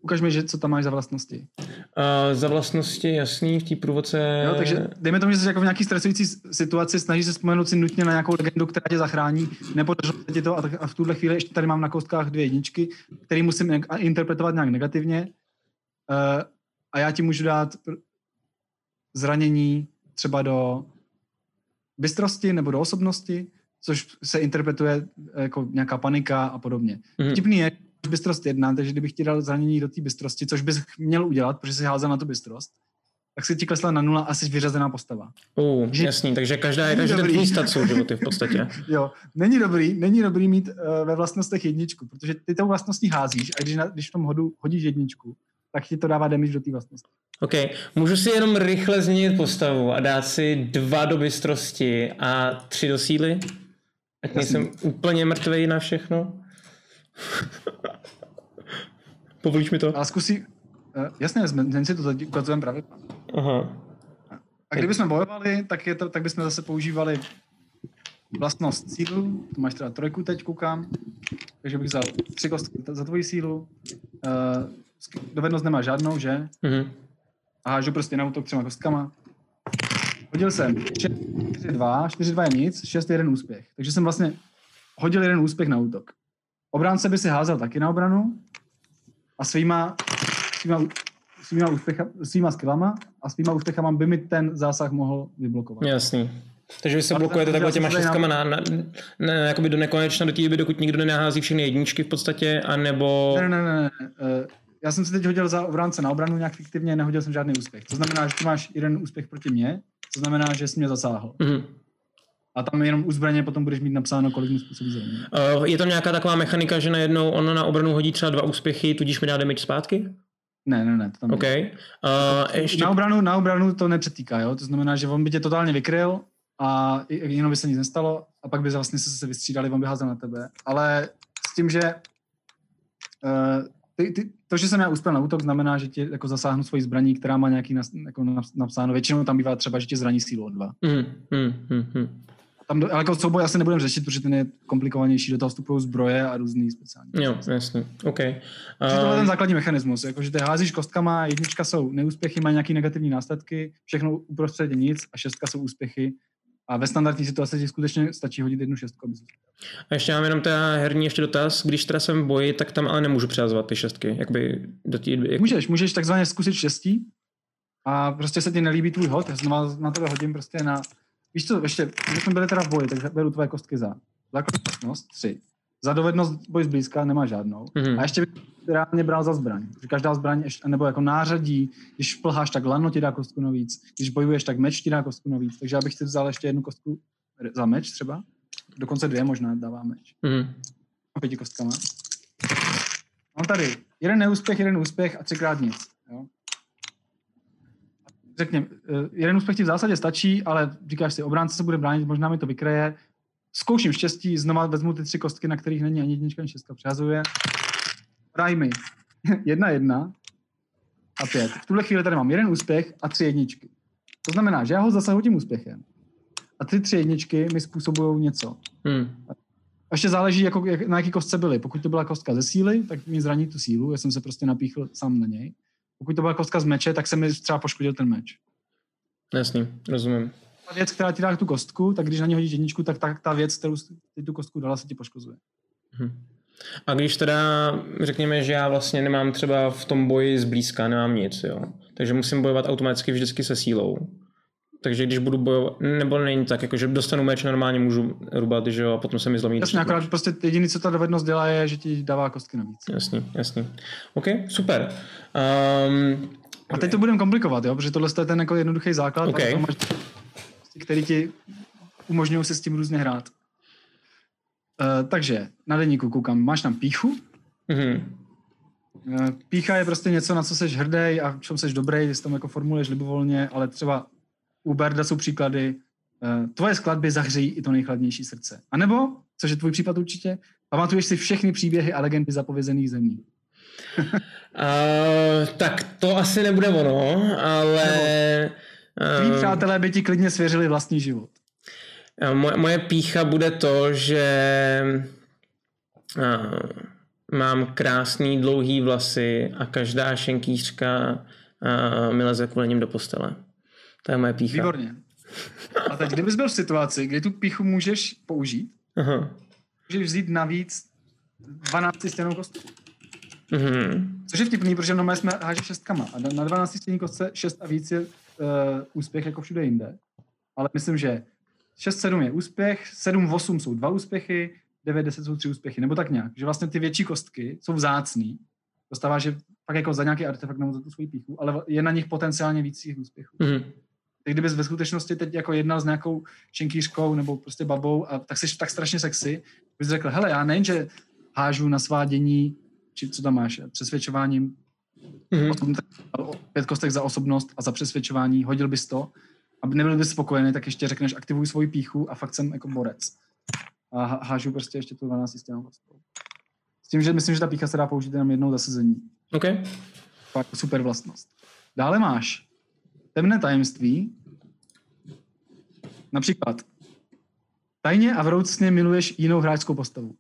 Ukaž mi, že co tam máš za vlastnosti. Za vlastnosti, jasný, v té průvodce... Jo, takže dejme tomu, že jsi jako v nějaký stresující situaci, snažíš se vzpomenout si nutně na nějakou legendu, která tě zachrání, nepodařilo se ti to a v tuhle chvíli ještě tady mám na kostkách 2 jedničky, které musím interpretovat nějak negativně a já ti můžu dát zranění třeba do bystrosti nebo do osobnosti, což se interpretuje jako nějaká panika a podobně. Vtipný je bystrost 1, takže kdybych ti dal zranění do té bystrosti, což bys měl udělat, protože jsi házel na tu bystrost, tak si ti klesla na 0 a jsi vyřazená postava. Jasný, takže každý ten tvůj stat jsou životy v podstatě. Jo, není dobrý mít ve vlastnostech jedničku, protože ty tou vlastností házíš a když v tom hodu hodíš jedničku, tak ti to dává damage do té vlastnosti. OK, můžu si jenom rychle změnit postavu a dát si 2 do bystrosti a 3 do síly? Ať nejsem úplně mrtvej na všechno? Povolíš mi to? Ale zkusí... jasně, změň si to, teď ukazujeme pravidla. Aha. A kdybychom bojovali, tak bychom zase používali vlastnost sílu. To máš teda 3 teď, koukám. Takže bych vzal 3 kostky za tvoji sílu. Dovednost nemá žádnou, že? A hážu prostě na útok 3 kostkama. Hodil jsem 4-2, 4-2 je nic, 6-1 úspěch. Takže jsem vlastně hodil 1 úspěch na útok. Obránce by si házel taky na obranu a svýma skillama a svýma úspěchama by mi ten zásah mohl vyblokovat. Jasný. Takže vy se blokujete takhle těma 6 jakoby do nekonečna, do té doby, dokud nikdo nenahází všechny jedničky v podstatě, anebo... Ne. Já jsem si teď hodil za obránce na obranu nějak fiktivně, nehodil jsem žádný úspěch. To znamená, že ty máš 1 úspěch proti mně, to znamená, že jsi mě zasáhl. A tam jenom u zbraně potom budeš mít napsáno, kolik mu způsobí zranění. Je tam nějaká taková mechanika, že najednou ono na obranu hodí třeba 2 úspěchy, tudíž mi dá damage zpátky? Ne, to tam okay. Ještě... Na obranu to nepřetýká, jo? To znamená, že on by tě totálně vykryl a jenom by se nic nestalo a pak by vlastně se vystřídali, on by házel na tebe. Ale s tím, že to, že jsem já uspěl na útok, znamená, že tě jako zasáhnu svoji zbraní, která má nějaký napsáno. Většinou tam bývá třeba, že tě zraní sílu o 2. Tam, ale jako souboj asi nebudeme řešit, protože ten je komplikovanější, do toho vstupují zbroje a různý speciální. Jo, jasně, OK. Tohle je ten základní mechanismus, jakože ty házíš kostkama, 1 jsou neúspěchy, mají nějaký negativní následky, všechno uprostřed je nic a 6 jsou úspěchy. A ve standardní situaci ti skutečně stačí hodit 1 6. A ještě mám jenom teda herní ještě dotaz, když teda jsem v boji, tak tam ale nemůžu přehazovat ty 6. Jakoby do té... Můžeš takzvaně zkusit 6 a prostě se ti nelíbí tvůj hod, já znova na tebe hodím prostě na... Víš co, ještě, když jsme byli teda v boji, tak beru tvoje kostky za základnost 3. Za dovednost boj zblízka nemá žádnou. A ještě bych reálně bral za zbraň. Protože každá zbraň, nebo jako nářadí, když plháš, tak lano ti dá kostku navíc. Když bojuješ, tak meč ti dá kostku navíc. Takže já bych si vzal ještě 1 kostku za meč třeba. Dokonce 2 možná dává meč. 5 kostkama. Mám tady 1 neúspěch, 1 úspěch a 3krát nic. Jo? Řekněme, 1 úspěch ti v zásadě stačí, ale říkáš si, obránce se bude bránit, možná mi to vykryje. Zkouším štěstí, znova vezmu ty 3 kostky, na kterých není ani 1 ani 6, přehazuje. Daj mi 1 a 5. V tuhle chvíli tady mám 1 úspěch a 3 jedničky. To znamená, že já ho zasahu tím úspěchem. A ty 3 jedničky mi způsobují něco. A ještě záleží, na jaký kostce byly. Pokud to byla kostka ze síly, tak mi zraní tu sílu, já jsem se prostě napíchl sám na něj. Pokud to byla kostka z meče, tak se mi třeba poškodil ten meč. Jasný, rozumím. Ta věc, která ti dá tu kostku, tak když na ní hodíš 1, tak ta věc, kterou ty tu kostku dala, se ti poškozuje. A když teda řekněme, že já vlastně nemám třeba v tom boji zblízka, nemám nic, jo. Takže musím bojovat automaticky vždycky se sílou. Takže když budu bojovat, nebo není tak, jakože dostanu meč, normálně můžu rubat, že jo, a potom se mi zlomí. Jasně, akorát prostě jediné, co ta dovednost dělá, je, že ti dává kostky navíc. Jasný. OK, super. A teď to budeme komplikovat, jo, protože tohle je ten jako jednoduchý základ, okay. Který ti umožňují se s tím různě hrát. Takže na deníku koukám, máš tam pýchu. Pýcha je prostě něco, na co seš hrdý a v čem seš dobrý, jestli tam jako formuluješ libovolně, ale třeba u Berda jsou příklady, tvoje skladby zahřejí i to nejchladnější srdce. A nebo, což je tvůj případ určitě, pamatuješ si všechny příběhy a legendy zapovězených zemí. Tak to asi nebude ono, ale... Tví přátelé by ti klidně svěřili vlastní život. Moje pýcha bude to, že mám krásný dlouhý vlasy a každá šenkýřka mi leze kvůli ním do postele. To je moje pýcha. Výborně. A teď, kdybys byl v situaci, kdy tu pýchu můžeš použít, můžeš vzít navíc 12 stěnou kostku. Což je vtipný, protože normálně jsme háže 6. A na 12 stění kostce 6 a víc je úspěch jako všude jinde. Ale myslím, že 6-7 je úspěch, 7-8 jsou 2 úspěchy, 9-10 jsou 3 úspěchy, nebo tak nějak. Že vlastně ty větší kostky jsou vzácný. Dostáváš že pak jako za nějaký artefakt nebo za tu svoji pýchu, ale je na nich potenciálně víc těch úspěchů. Tak kdybys ve skutečnosti teď jako jednal s nějakou šenkýřkou nebo prostě babou a tak jsi tak strašně sexy, bys řekl, hele, já nejenže hážu na svádění, či co tam máš, přesvědčováním, 5 kostek za osobnost a za přesvědčování, hodil bys to, aby nebyl bys spokojený, tak ještě řekneš, aktivuj svoji pýchu a fakt jsem jako borec. A hážu prostě ještě tu 12 stěnou kostkou. S tím, že myslím, že ta pýcha se dá použít jenom jednou za sezení. OK. Fakt super vlastnost. Dále máš temné tajemství. Například tajně a vroucně miluješ jinou hráčskou postavu.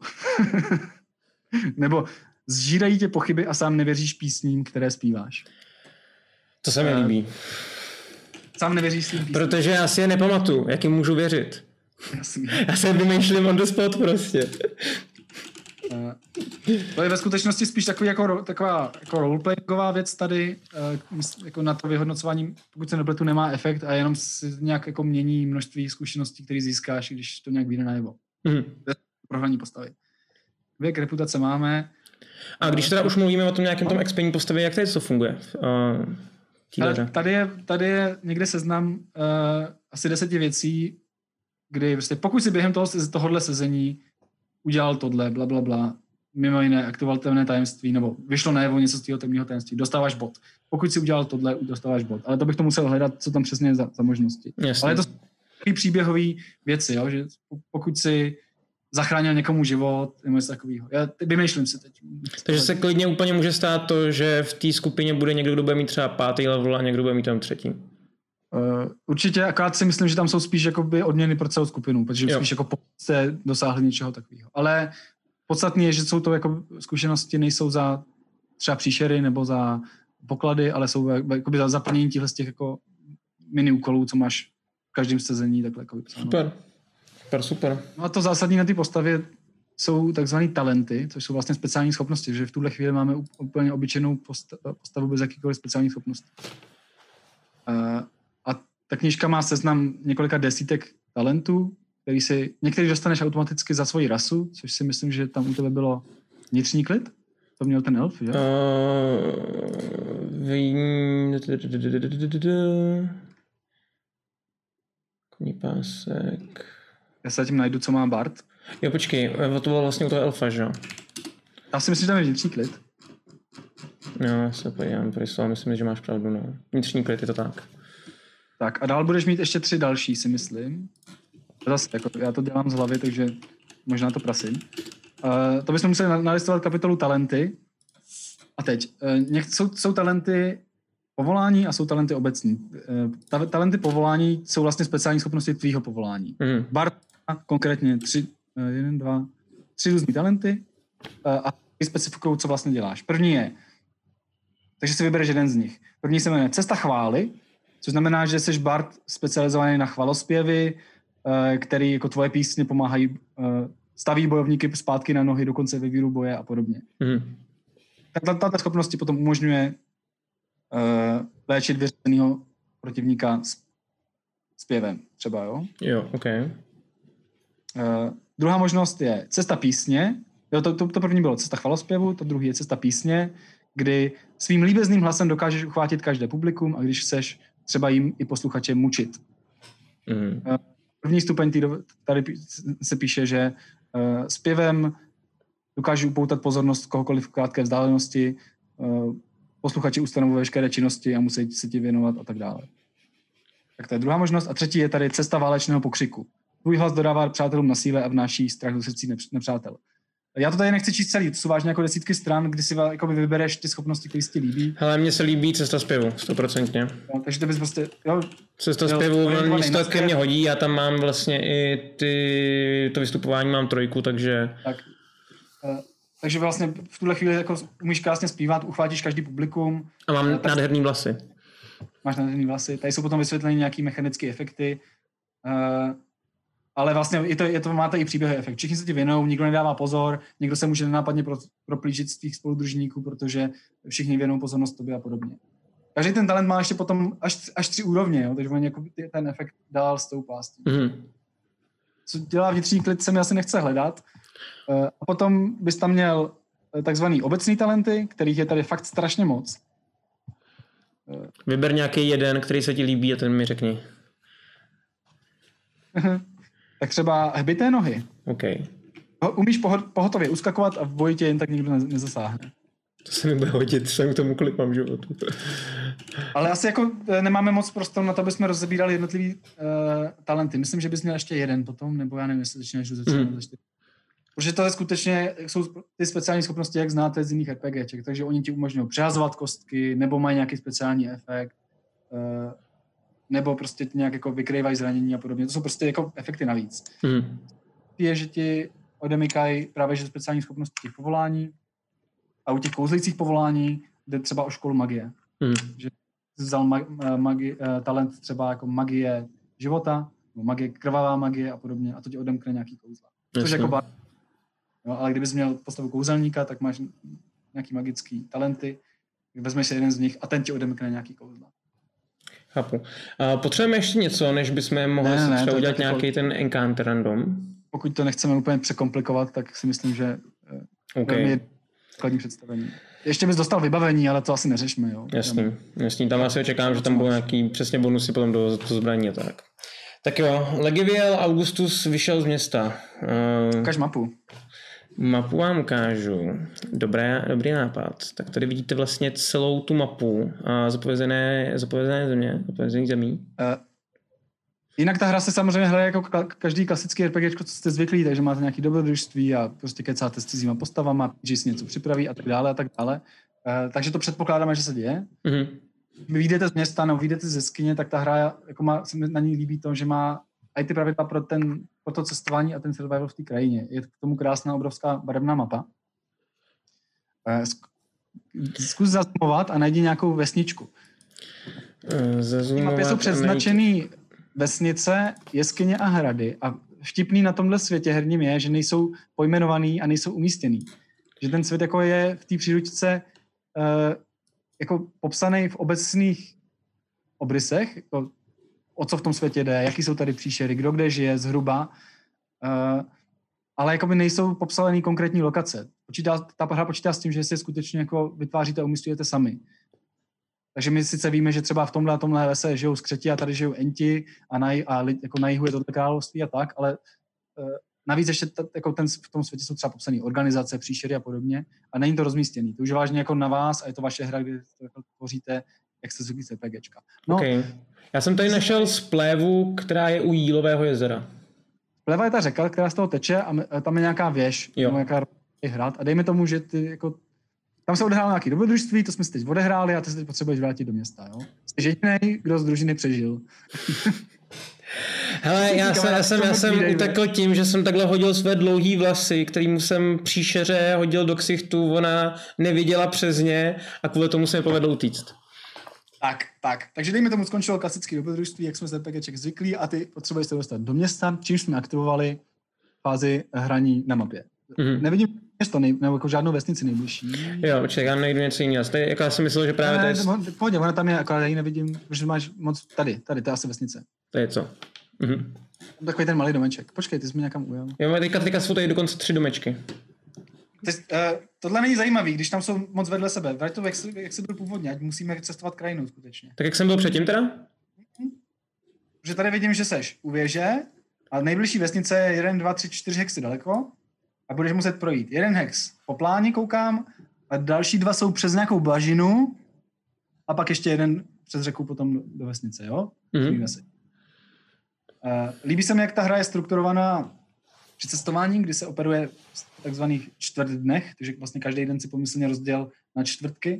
Nebo zžírají tě pochyby a sám nevěříš písním, které zpíváš. To se mi líbí. Sám nevěříš svým písním. Protože já si je nepamatuju, jak jim můžu věřit. Jasný. Já se vymýšlím on the spot prostě. To je ve skutečnosti spíš taková jako roleplayingová věc tady, jako na to vyhodnocování, pokud se nepletu, nemá efekt a jenom si nějak jako mění množství zkušeností, které získáš, když to nějak vyjde najevo. Pro hraní postavy. Věk, reputace máme. A když teda už mluvíme o tom nějakém tom expení postavě, jak tady to funguje? Tady je někde seznam asi 10 věcí, kdy prostě pokud si během tohohle sezení udělal tohle, blablabla, mimo jiné aktivoval temné tajemství, nebo vyšlo najevo něco z toho temného tajemství, dostáváš bod. Pokud si udělal tohle, dostáváš bod. Ale to bych to musel hledat, co tam přesně je za možnosti. Jasně. Ale je to takový příběhový věci, jo? Že pokud si zachránil někomu život, nebo něco takového. Já vymýšlím si teď. Takže se klidně úplně může stát to, že v té skupině bude někdo, kdo bude mít třeba 5. level a někdo bude mít tam 3. Určitě, akorát si myslím, že tam jsou spíš jakoby odměny pro celou skupinu, protože spíš jako jste dosáhli něčeho takového. Ale podstatné je, že jsou to jako zkušenosti, nejsou za třeba příšery nebo za poklady, ale jsou jakoby za zaplnění těchto z těch jako mini úkolů, co máš v každém sezení takhle jako vypsáno. Super. No a to zásadní na té postavě jsou takzvané talenty, což jsou vlastně speciální schopnosti, že v tuhle chvíli máme úplně obyčejnou postavu bez jakýkoliv speciálních schopností. A ta knížka má seznam několika desítek talentů, některý dostaneš automaticky za svoji rasu, což si myslím, že tam u tebe bylo vnitřní klid. To měl ten elf, že? Koní pásek. Já se zatím najdu, co má Bart. Jo, počkej, to bylo vlastně u toho elfa, že jo? Já si myslím, že tam je vnitřní klid. Jo, já se podívám, myslím, že máš pravdu, no. Vnitřní klid, je to tak. Tak a dál budeš mít ještě 3 další, si myslím. Zase, jako, já to dělám z hlavy, takže možná to prasím. To bychom museli nalistovat kapitolu talenty. A teď, jsou talenty povolání a jsou talenty obecní. Talenty povolání jsou vlastně speciální schopnosti tvýho povolání. Bart má konkrétně 3 různý talenty a specifikují, co vlastně děláš. První je, takže si vybereš jeden z nich. První se jmenuje Cesta chvály, což znamená, že jsi Bart specializovaný na chvalospěvy, který jako tvoje písně pomáhají, staví bojovníky zpátky na nohy, dokonce ve víru boje a podobně. Tato schopnost ti potom umožňuje léčit vyřazeného protivníka zpěvem třeba, jo? Jo, OK. Druhá možnost je Cesta písně. Jo, to první bylo Cesta chvalospěvu, to druhý je Cesta písně, kdy svým líbezným hlasem dokážeš uchvátit každé publikum a když chceš třeba jim i posluchače mučit. První stupeň tady se píše, že zpěvem dokážu upoutat pozornost kohokoliv v krátké vzdálenosti, posluchači ustanovují veškeré činnosti a musí se ti věnovat a tak dále. Tak to je druhá možnost. A třetí je tady Cesta válečného pokřiku. Tvůj hlas dodává přátelům na síle a vnáší strach do srdcí nepřátel. Já to tady nechci číst celý, to jsou vážně jako desítky stran, kdy si vybereš ty schopnosti, které ti líbí. Hele, mně se líbí Cesta zpěvu, 100%. No, takže to bys prostě... Jo, Cesta zpěvu, místo ke mně hodí, já tam mám vlastně i to vystupování mám 3, takže... Takže vlastně v tuhle chvíli jako umíš krásně zpívat, uchvátíš každý publikum. A mám nádherný vlasy. Máš nádherný vlasy. Tady jsou potom vysvětleny nějaký mechanické efekty. Ale vlastně máte i příběhový efekt. Všichni se ti věnou, nikdo nedává pozor, někdo se může nenápadně proplížit z tvých spoludružníků, protože všichni věnou pozornost tobě a podobně. Každý ten talent má ještě potom až 3 úrovně, jo? Takže on jako ten efekt dál stoupá. Co dělá vnitřní klid, se mi asi nechce hledat. A potom bys tam měl takzvaný obecný talenty, kterých je tady fakt strašně moc. Vyber nějaký jeden, který se ti líbí a ten mi řekni. Tak třeba hbité nohy. Okay. Umíš pohotově uskakovat a v boji tě jen tak nikdo nezasáhne. To se mi bude hodit, jsem k tomu klipám životu. Ale asi jako nemáme moc prostoru na to, aby jsme rozebírali jednotlivý talenty. Myslím, že bys měl ještě jeden potom, nebo já nevím, jestli začneš začínat. Protože to je skutečně, jsou ty speciální schopnosti, jak znáte z jiných RPGček, takže oni ti umožňují přehazovat kostky, nebo mají nějaký speciální efekt, nebo prostě nějak jako vykrývají zranění a podobně. To jsou prostě jako efekty navíc. Je, že ti odemykají právě že speciální schopnosti těch povolání a u těch kouzlících povolání jde třeba o školu magie. Že vzal talent třeba jako magie života, nebo magie, krvavá magie a podobně a to ti odemkne nějaký kouzla. Což jako ale kdybys měl postavu kouzelníka, tak máš nějaký magický talenty, vezmeš si jeden z nich a ten ti odemkne nějaký kouzla. Chápu. Potřebujeme ještě něco, než bychom mohli třeba udělat nějaký ten encounter random? Pokud to nechceme úplně překomplikovat, tak si myslím, že velmi skladní představení. Ještě bys dostal vybavení, ale to asi neřešme. Jo? Jasný. Tam asi očekávám, že tam budou nějaký přesně bonusy potom do zbraní a tak. Tak jo, Legiviel Augustus vyšel z města. Ukaž mapu. Mapu vám ukážu. Dobrý nápad. Tak tady vidíte vlastně celou tu mapu zapovězené země, zapovězených zemí. Jinak ta hra se samozřejmě hraje jako každý klasický RPG, co jste zvyklí, takže máte nějaké dobrodružství a prostě kecáte s cizíma postavama, že si něco připraví a tak dále. Takže to předpokládáme, že se děje. Vy vyjdete z města, nebo vyjdete ze jeskyně, tak ta hra jako se mi na ní líbí to, že má i ty pravidla pro to cestování a ten survival v té krajině. Je k tomu krásná, obrovská barevná mapa. Zkus zazumovat a najdi nějakou vesničku. V mapě jsou předznačený vesnice, jeskyně a hrady a vtipný na tomhle světě herním je, že nejsou pojmenovaný a nejsou umístěný. Že ten svět jako je v té příručce jako popsaný v obecných obrysech, jako o co v tom světě jde, jaký jsou tady příšery, kdo kde žije zhruba, ale jakoby nejsou popsané konkrétní lokace. Ta hra počítá s tím, že si skutečně jako vytváříte a umístujete sami. Takže my sice víme, že třeba v tomhle lese žijou skřeti a tady žijou enti jako na jihu je tohle království a tak, ale navíc ještě jako v tom světě jsou třeba popsané organizace, příšery a podobně a není to rozmístěný. To už je vážně jako na vás a je to vaše hra, kdy to jako tvoříte, jak se zvyklí CPGčka. No, okay. Já jsem tady našel splévu, která je u Jílového jezera. Spleva je ta řeka, která z toho teče a tam je nějaká věž, nějaká hrad a dejme tomu, že ty jako tam se odehrálo nějaké dobrodružství, to jsme si teď odehráli a ty se teď potřebuješ vrátit do města, jo? Jsi jedinej, kdo z družiny přežil. Hele, já jsem utekl tím, že jsem takhle hodil své dlouhý vlasy, kterýmu jsem příšeře hodil do ksichtu, ona neviděla přes ně a kvůli tomu se mi povedlo utíct. Tak. Takže dejme tomu skončilo klasické dobrodružství, jak jsme se RPGček zvyklí a ty potřebuješ se dostat do města, čímž jsme aktivovali fázi hraní na mapě. Nevidím město, nebo jako žádnou vesnici nejbližší. Jo, počkej, já najdu něco jiného. Jako já jsem myslel, že právě to je... Pohodě, ona tam je, akorát já ji nevidím, protože máš moc tady, to je asi vesnice. To je co? Takový ten malý domeček. Počkej, ty jsi mi někam ujel. Jo, teďka jsou tady dokonce 3 domečky. Tohle není zajímavý, když tam jsou moc vedle sebe. Vrať to, jak jsi byl původně, ať musíme cestovat krajinou skutečně. Tak jak jsem byl předtím teda? Protože tady vidím, že seš u věže a nejbližší vesnice je 1, 2, 3, 4 hexy daleko a budeš muset projít. 1 hex po pláni koukám a další 2 jsou přes nějakou bažinu a pak ještě 1 přes řeku potom do vesnice, jo? Líbí se mi, jak ta hra je strukturovaná při cestování, kdy se operuje v takzvaných čtvrtdnech, takže vlastně každý den si pomyslně rozděl na čtvrtky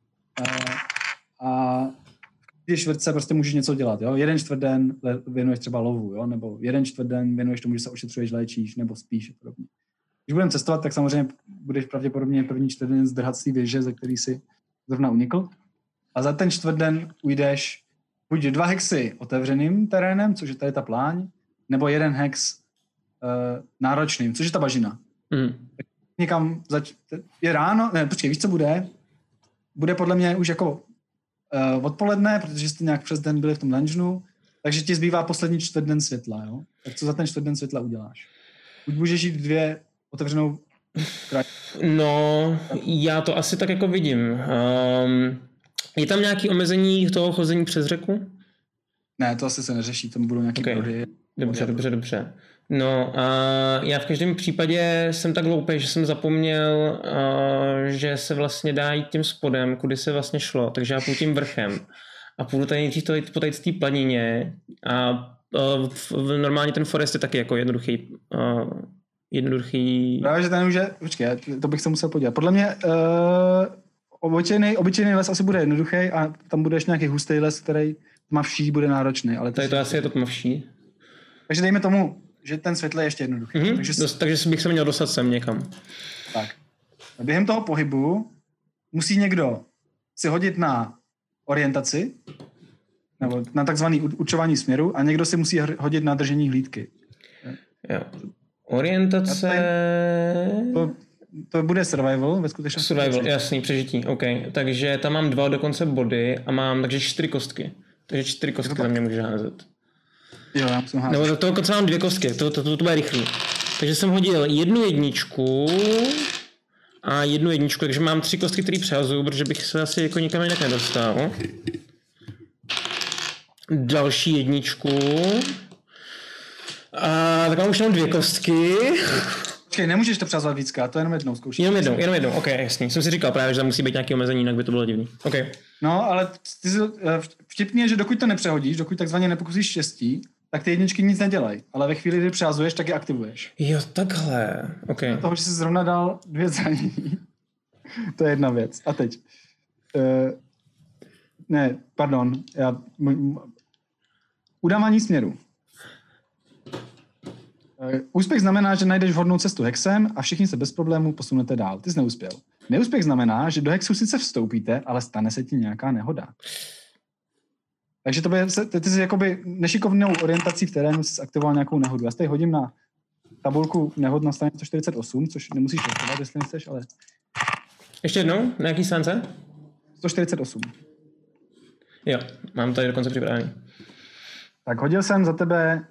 a v každé čtvrtce prostě můžeš něco dělat. Jo? 1 čtvrtden věnuješ třeba lovu, jo? Nebo 1 čtvrtden věnuješ tomu, že se ošetřuješ, léčíš nebo spíš a podobně. Když budeme cestovat, tak samozřejmě budeš pravděpodobně první čtvrtden zdrhat z té věže, ze který si zrovna unikl. A za ten čtvrtden ujdeš buď 2 hexy otevřeným terénem, což je tady ta pláň, nebo 1 hex náročným, což je ta bažina. Někam je ráno, ne, počkej, víš, co bude? Bude podle mě už jako odpoledne, protože jste nějak přes den byli v tom dungeonu, takže ti zbývá poslední čtvrtden světla, jo? Tak co za ten čtvrtden světla uděláš? Buď můžeš jít 2 otevřenou kraj. No, já to asi tak jako vidím. Je tam nějaké omezení toho chození přes řeku? Ne, to asi se neřeší, tam budou nějaké brody. Dobře. No a já v každém případě jsem tak hloupý, že jsem zapomněl, že se vlastně dá jít tím spodem, kudy se vlastně šlo, takže já půjdu tím vrchem a půjdu tady nejdřív po té planině a normálně ten forest je taky jako jednoduchý. Právě, že ten už je, počkej, to bych se musel podívat. Podle mě obyčejný les asi bude jednoduchý a tam bude ještě nějaký hustý les, který tmavší bude náročný. Ale tady to asi je to tmavší. Takže dejme tomu, že ten světle je ještě jednoduchý. Takže bych se měl dostat sem někam. Tak. A během toho pohybu musí někdo si hodit na orientaci, nebo na takzvaný určování směru a někdo si musí hodit na držení hlídky. Jo. Orientace... To bude survival ve skutečnosti. Survival, jasný, přežití, OK. Takže tam mám 2 dokonce body a mám takže 4 kostky. Takže 4 kostky za mě můžeš házet. Jo, já musím házet. Nebo to dokonce mám 2 kostky, to bude rychlý. Takže jsem hodil 1 jedničku a 1 jedničku, takže mám 3 kostky, které přehazuju, protože bych se asi jako nikam jinak nedostal. Další jedničku. A tak mám už jenom 2 kostky. Počkej, nemůžeš to přehazovat víckrát, to jenom jednou zkoušíš. Jenom jednou, ok, jasný. Jsem si říkal právě, že tam musí být nějaké omezení, jinak by to bylo divný. Ok. No, ale vtipně je, že dokud to nepřehodíš, dokud takzvaně nepokusíš štěstí, tak ty jedničky nic nedělají. Ale ve chvíli, kdy přehazuješ, tak je aktivuješ. Jo, takhle. Ok. Na toho, že jsi zrovna dal 2 zranění. To je jedna věc. A teď. Udávání směru. Úspěch znamená, že najdeš vhodnou cestu hexem a všichni se bez problémů posunete dál. Ty jsi neuspěl. Neúspěch znamená, že do hexu sice vstoupíte, ale stane se ti nějaká nehoda. Takže ty jsi jakoby nešikovnou orientací v terénu jsi aktivoval nějakou nehodu. Já si tady hodím na tabulku nehod na straně 148, což nemusíš rozhodovat, jestli nechceš, ale... Ještě jednou? Na jaký stránce? 148. Jo, mám tady dokonce připravený. Tak hodil jsem za tebe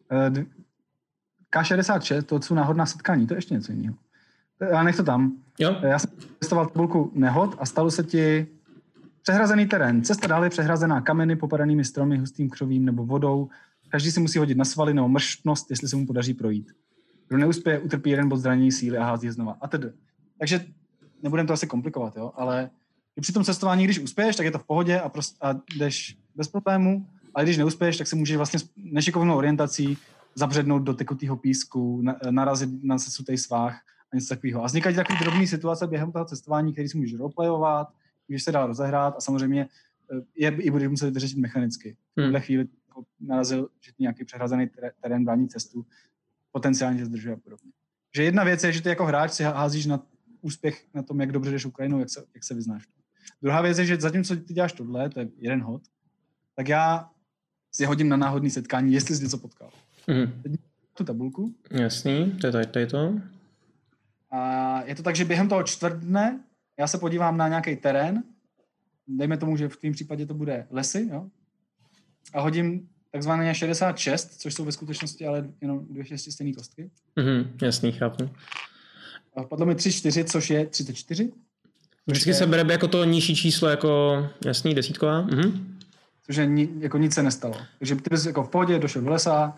K66, to jsou náhodná setkání, to je ještě něco jiného. Ale nech to tam. Jo. Já jsem testoval tabulku nehod a stalo se ti přehrazený terén. Cesta dál je přehrazená kameny, popadanými stromy, hustým křovím nebo vodou. Každý si musí hodit na svaly nebo mrštnost, jestli se mu podaří projít. Kdo neuspěje, utrpí 1 bod zranění síly a hází je znova. A tedy. Takže nebudem to asi komplikovat, jo? Ale při tom cestování, když uspěješ, tak je to v pohodě a jdeš bez problémů. Ale když neuspěješ, tak se můžeš vlastně nešikovnou orientací zabřednout do tekutého písku, narazit na sesutej svách a něco takového. A vznikají takové drobné situace během toho cestování, který si můžeš roleplayovat, můžeš se dál rozehrát a samozřejmě i budeš muset vyřešit mechanicky. V téhle chvíli narazil, že ty nějaký přehrazený terén brání cestu, potenciálně se zdržuje a podobně. Že jedna věc je, že ty jako hráč si házíš na úspěch na tom, jak dobře jdeš Ukrajinou, jak se vyznáš. Druhá věc je, že zatímco ty děláš tohle, to je 1 hod, tak já si hodím na náhodný setkání, jestli jsi něco potkal. Teď tu tabulku. Jasný, to je tady to. A je to tak, že během toho čtvrtdne já se podívám na nějaký terén, dejme tomu, že v tvém případě to bude lesy, jo? A hodím takzvané 66, což jsou ve skutečnosti ale jenom 2 šestistěnné kostky. Jasný, chápu. A padlo mi 3-4, což je 34. Vždycky se bere jako to nižší číslo, jako jasný, desítková. Což je jako nic se nestalo. Takže ty bys jako v pohodě došel do lesa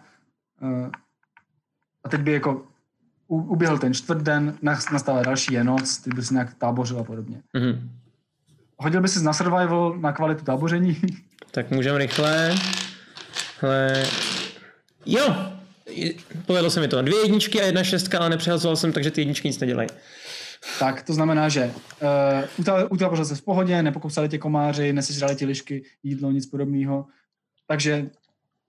a teď by jako uběhl ten čtvrtden, nastala další je noc, ty bys nějak tábořil a podobně. Hodil bys si na survival, na kvalitu táboření? Tak můžeme rychle. Hele. Jo! Povedlo se mi to. 2 jedničky a 1 šestka, ale nepřehazoval jsem, takže ty jedničky nic nedělají. Tak, to znamená, že utábořil se v pohodě, nepokousali tě komáři, nesežrali ti lišky, jídlo, nic podobného. Takže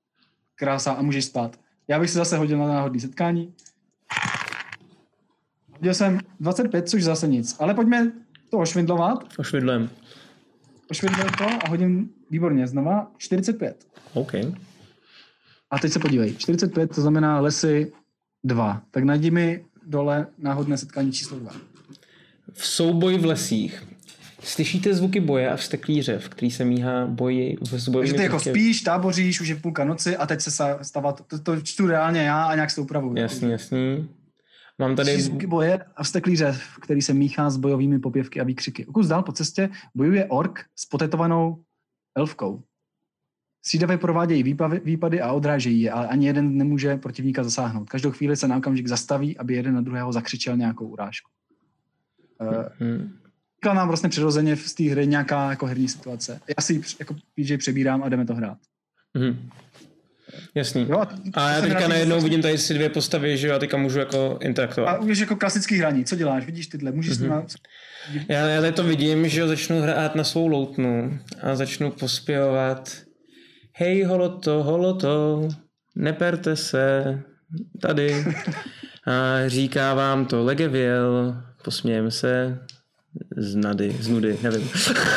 krása a můžeš spát. Já bych si zase hodil na náhodné setkání. Hodil jsem 25, což zase nic. Ale pojďme to ošvindlovat. Ošvidlem. Ošvindluji to a hodím výborně znova 45. OK. A teď se podívej. 45 to znamená lesy 2. Tak najdi mi dole náhodné setkání číslo 2. V souboji v lesích slyšíte zvuky boje a vzteklý řev, který se míhá boji s bojovými. Takže ty jako spíš, táboříš, už je půlka noci a teď se stává, to čtu reálně já a nějak se upravuju. Jasný. Mám tady zvuky boje a vzteklý řev, který se míchá s bojovými popěvky a výkřiky. Kus dál po cestě bojuje ork s potetovanou elfkou. Střídavě provádějí výpady a odrážejí je, ale ani jeden nemůže protivníka zasáhnout. Každou chvíli se na okamžik zastaví, aby jeden na druhého zakřičel nějakou urážku. Vznikla nám vlastně přirozeně z té hry nějaká jako herní situace. Já si ji jako PJ přebírám a jdeme to hrát. Jasný. Jo, a já teďka najednou vidím tady si dvě postavy, že jo, a teďka můžu jako interaktovat. A už jako klasický hraní. Co děláš? Vidíš tyhle? Můžeš Já tady to vidím, že jo, začnu hrát na svou loutnu a začnu pospěvovat hej holoto, neperte se, tady. A říká vám to Legeviel, posmějem se z nudy, nevím.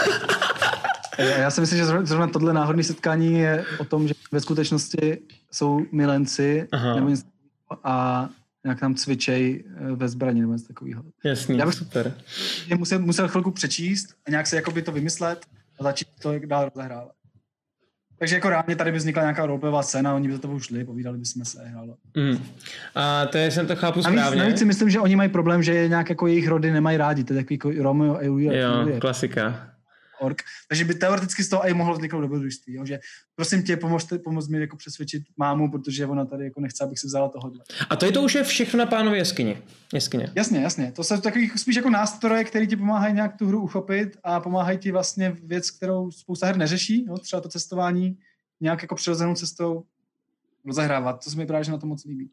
Já si myslím, že zrovna tohle náhodné setkání je o tom, že ve skutečnosti jsou milenci nebo něco, a nějak tam cvičej ve zbraní nebo něco takového. Jasný, super. Musel chvilku přečíst a nějak se jakoby to vymyslet a začít to dál rozehrávat. Takže jako reálně tady by vznikla nějaká roleplayová scéna, oni by za tebou šli, povídali bychom se, hrálo. A to jsem to chápu správně. Navíc si myslím, že oni mají problém, že je nějak jako jejich rody nemají rádi, to je takový jako Romeo a Julia. Jo, klasika. Ork. Takže by teoreticky z toho i mohlo vzniknout dobrodružství, jo? Že prosím tě, pomoz mi jako přesvědčit mámu, protože ona tady jako nechce, abych si vzala tohle. A to už je všechno na Pánově jeskyni. Jasně. To jsou takový spíš jako nástroje, které ti pomáhají nějak tu hru uchopit a pomáhají ti vlastně věc, kterou spousta her neřeší, jo? Třeba to cestování nějak jako přirozenou cestou rozehrávat. To se mi právě že na to moc líbí.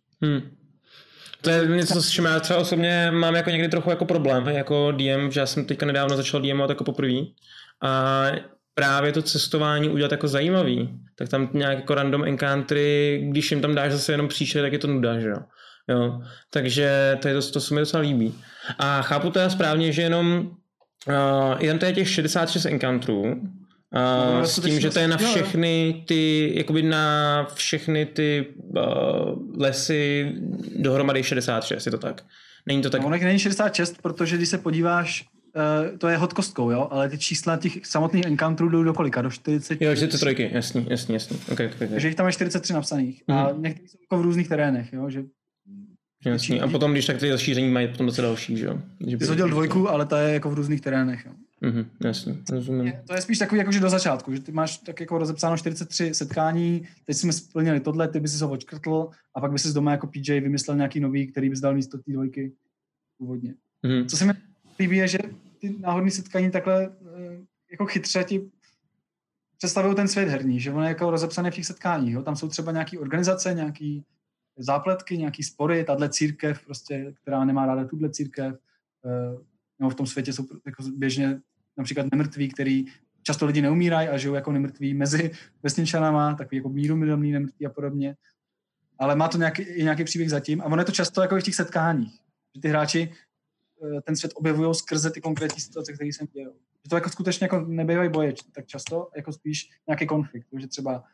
To je něco, s čím já třeba osobně mám jako někdy trochu jako problém, jako DM, že já jsem teďka nedávno začal DMovat jako poprvé. A právě to cestování udělat jako zajímavý, tak tam nějak jako random encountery, když jim tam dáš zase jenom příšery, tak je to nuda, že jo. Takže to se mi docela líbí. A chápu to já správně, že jenom jen to je těch 66 encounterů, s tím, že to je na všechny ty, jakoby na všechny ty lesy dohromady 66, je to tak? Není to tak? No, není 66, protože když se podíváš, to je hod kostkou, jo, ale ty čísla těch samotných encounterů jdou do kolika? Do 40? Jo, 43, jasný. Okay. Takže jich tam je 43 napsaných. A některý jsou jako v různých terénech, jo, že... Jasný. A potom, když tak ty rozšíření mají potom docela další, že jo? Ty jsi hodil 2, ale ta je jako v různých terénech, jo. Jasně, rozumím. To je spíš takový jakože do začátku, že ty máš tak jako rozepsáno 43 setkání, teď jsme splnili tohle, ty by si ho odškrtl a pak by si z doma jako PJ vymyslel nějaký nový, který bys dal místo té 2 původně. Co se mi líbí je, že ty náhodné setkání takhle jako chytře ti představují ten svět herní, že on je jako rozepsaný v těch setkáních, jo? Tam jsou třeba nějaký organizace, nějaký zápletky, nějaký spory, tahle církev prostě, která nemá ráda tuhle církev, nebo v tom světě jsou jako běžně například nemrtví, který často lidi neumírají a žijou jako nemrtví mezi vesničanama, takový jako mírumilovný nemrtví a podobně. Ale má to nějaký příběh zatím a ono je to často jako i v těch setkáních, že ty hráči ten svět objevují skrze ty konkrétní situace, které se dějí. Že to jako skutečně jako nebývají boje tak často, jako spíš nějaký konflikt, že třeba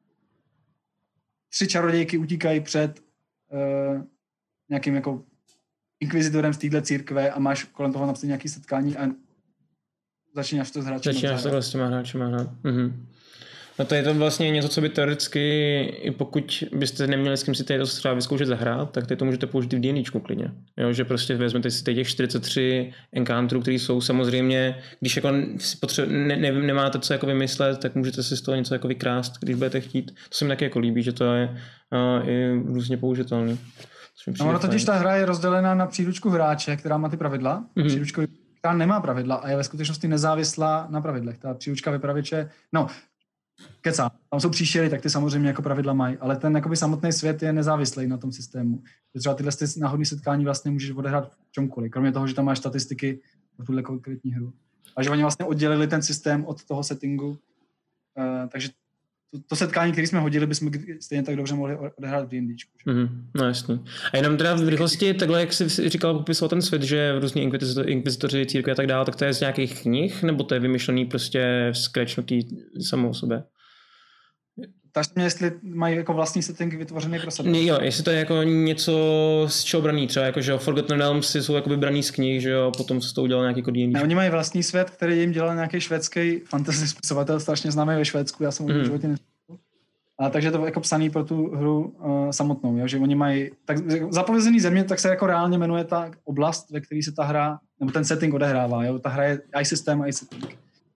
3 čarodějky utíkají před nějakým jako inkvizitorem z téhle církve a máš kolem toho napsat nějaké setkání a začínáš to s hráčem. Začínáš to s těma hráčema hrát. No to je to vlastně něco, co by teoreticky, i pokud byste neměli s kým si to třeba vyzkoušet zahrát, tak to můžete použít i v D&Dčku klidně. Jo, že prostě vezmete si těch 43 encounterů, které jsou samozřejmě, když jako nemáte co jako vymyslet, tak můžete si z toho něco jako vykrást, když budete chtít. To se mi taky jako líbí, že to je i různě použitelný. No, totiž ta hra je rozdělená na příručku hráče, která má ty pravidla, příručku, která nemá pravidla a je ve skutečnosti nezávislá na pravidlech. Ta příručka vypravěče, kecá, tam jsou příšery, tak ty samozřejmě jako pravidla mají, ale ten jakoby samotný svět je nezávislý na tom systému. Třeba tyhle náhodné setkání vlastně můžeš odehrát v čemkoliv, kromě toho, že tam máš statistiky v tuhle konkrétní hru. A že oni vlastně oddělili ten systém od toho settingu, takže to setkání, které jsme hodili, bychom stejně tak dobře mohli odehrát v D&Dčku. No jasný. A jenom teda v rychlosti, takhle, jak jsi říkal, popisoval ten svět, že různí inkvizitoři, církve a tak dále, tak to je z nějakých knih, nebo to je vymyšlený prostě scratchnutý samou sobě? Takže mě, jestli mají jako vlastní setting vytvořený pro sebe. Jo, jestli to je jako něco z čeho braný, třeba jako, že Forgotten Realms jsou jako braný z knih, že jo, potom se to udělal nějaký jako D&D. Oni mají vlastní svět, který jim dělal nějaký švédský fantasy spisovatel, strašně známý ve Švédsku, já jsem v životě neslyšel. A takže to je jako psaný pro tu hru samotnou, jo? Že oni mají, tak Zapovězený země, tak se jako reálně jmenuje ta oblast, ve které se ta hra, nebo ten setting odehrává, jo? Ta hra je iSystem, iSetting.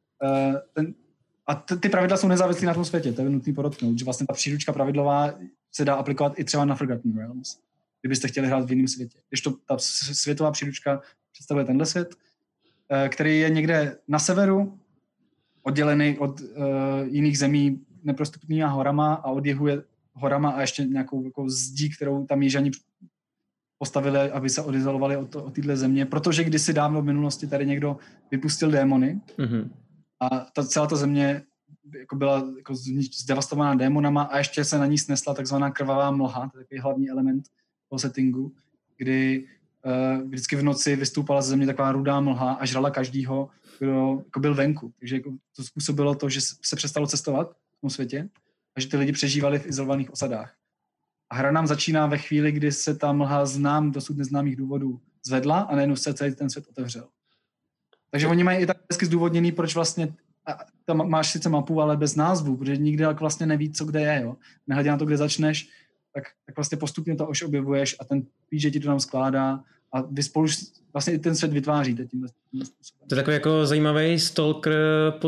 A ty pravidla jsou nezávislé na tom světě, to je nutný podotknout, že vlastně ta příručka pravidlová se dá aplikovat i třeba na Forgotten Realms, kdybyste chtěli hrát v jiném světě. Když to ta světová příručka představuje tenhle svět, který je někde na severu, oddělený od jiných zemí neprostupnýma horama a od jihu je horama a ještě nějakou jako zdí, kterou tam Jižani postavili, aby se odizolovali od téhle země, protože kdysi dávno v minulosti tady někdo vypustil démony a celá ta země jako byla jako zdevastovaná démonama a ještě se na ní snesla takzvaná krvavá mlha, to je takový hlavní element toho settingu, kdy vždycky v noci vystoupala ze země taková rudá mlha a žrala každýho, kdo jako byl venku. Takže jako to způsobilo to, že se přestalo cestovat v tom světě a že ty lidi přežívali v izolovaných osadách. A hra nám začíná ve chvíli, kdy se ta mlha dosud neznámých důvodů zvedla a najednou se celý ten svět otevřel. Takže oni mají i tak hezky zdůvodněný, proč vlastně tam máš sice mapu, ale bez názvu, protože nikdy vlastně neví, co kde je. Jo? Nehledě na to, kde začneš, tak vlastně postupně to už objevuješ a ten PJ ti to tam skládá a vy spolu vlastně i ten svět vytváříte tímhle způsobem. To je takový jako zajímavý stalker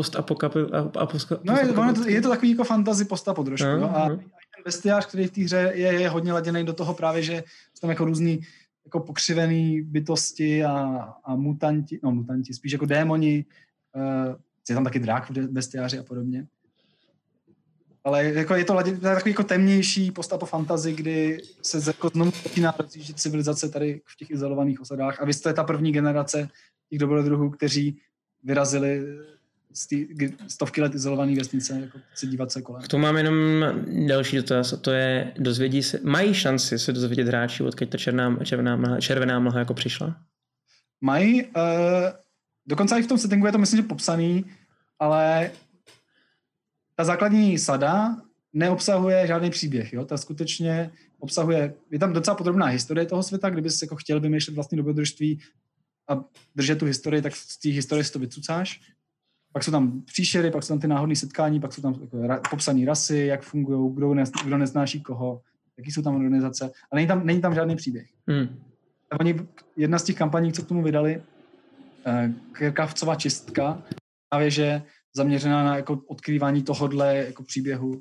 je to takový jako fantasy postapo trošku. A ten bestiář, který v té hře je hodně laděný do toho právě, že jsou tam jako různý jako pokřivený bytosti a mutanti, spíš jako démoni, je tam taky drák v bestiáři a podobně. Ale jako je to takový jako temnější postapo fantasy, kdy se jako znovu začíná rozjíždět civilizace tady v těch izolovaných osadách a vy jste ta první generace těch dobrodruhů, kteří vyrazili z stovky let izolované vesnice, jako se dívat se kolem. K tomu mám jenom další dotaz a to je, mají šanci se dozvědět hráči, odkud ta červená mlha jako přišla? Mají, dokonce i v tom settingu je to myslím, že popsaný, ale ta základní sada neobsahuje žádný příběh, jo? Ta skutečně obsahuje, je tam docela podrobná historie toho světa, kdyby jsi jako chtěl vymýšlet vlastní dobrodružství a držet tu historii, tak z té historie si to vycucáš. Pak jsou tam příšery, pak jsou tam ty náhodné setkání, pak jsou tam jako popsané rasy, jak fungují, kdo neznáší koho, jaký jsou tam organizace. A není tam žádný příběh. Jedna z těch kampaní, co k tomu vydali, Krkavcová čistka, právě že zaměřená na jako odkrývání tohodle jako příběhu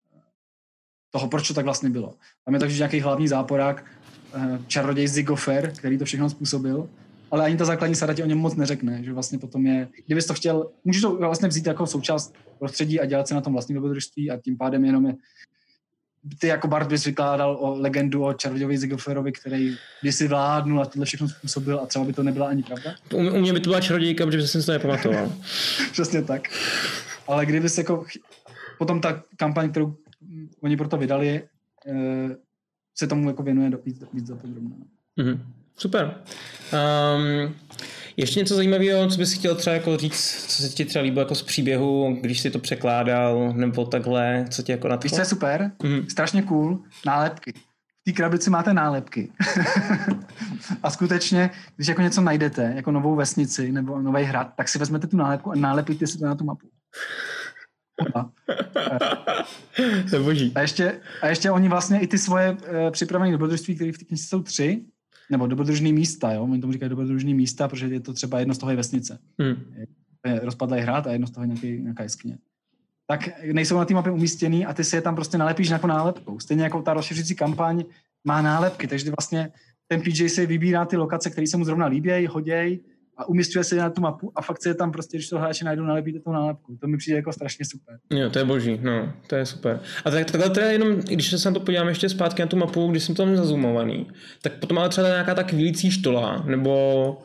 toho, proč to tak vlastně bylo. Tam je takže nějaký hlavní záporák, čaroděj Zigofer, který to všechno způsobil, ale ani ta základní sada ti o něm moc neřekne, že vlastně potom je, kdybys to chtěl, můžeš to vlastně vzít jako součást prostředí a dělat se na tom vlastním dobrodružství a tím pádem jenom je, ty jako Bart bys vykládal o legendu o čarodějovi Zigoferovi, který kdysi vládnul a tohle všechno způsobil a třeba by to nebyla ani pravda. U mě by to byla čarodějka, protože jsem si to nepamatoval. Přesně tak. Ale kdybys jako, potom ta kampaň, kterou oni proto vydali, se tomu jako věnuje víc dopodrobně. Super. Ještě něco zajímavého, co bys chtěl třeba jako říct, co se ti třeba líbilo jako z příběhu, když jsi to překládal, nebo takhle, co ti jako nadchlo? Víš, co je super? Strašně cool. Nálepky. V té krabici máte nálepky. A skutečně, když jako něco najdete, jako novou vesnici nebo nový hrad, tak si vezmete tu nálepku a nálepíte si to na tu mapu. To je boží. A ještě oni vlastně i ty svoje připravené dobrodružství, které v té knižce jsou 3, nebo dobrodružný místa, jo? Oni tomu říkají dobrodružný místa, protože je to třeba jedno z toho je vesnice. Je rozpadlý hrad a jedno z toho je nějaká jeskyně. Tak nejsou na té mapě umístěný a ty si je tam prostě nalepíš jako nálepkou. Stejně jako ta rozšiřující kampaň má nálepky, takže vlastně ten PJ si vybírá ty lokace, které se mu zrovna líbějí, hoděj a umístuje se na tu mapu a fakt si je tam prostě, když to hráči najdou, nalepíte tu nálepku. To mi přijde jako strašně super. Jo, to je boží, no, to je super. A takhle teda jenom, když se na to podívám ještě zpátky na tu mapu, když jsem tam zazumovaný, tak potom ale třeba nějaká ta kvílící štola, nebo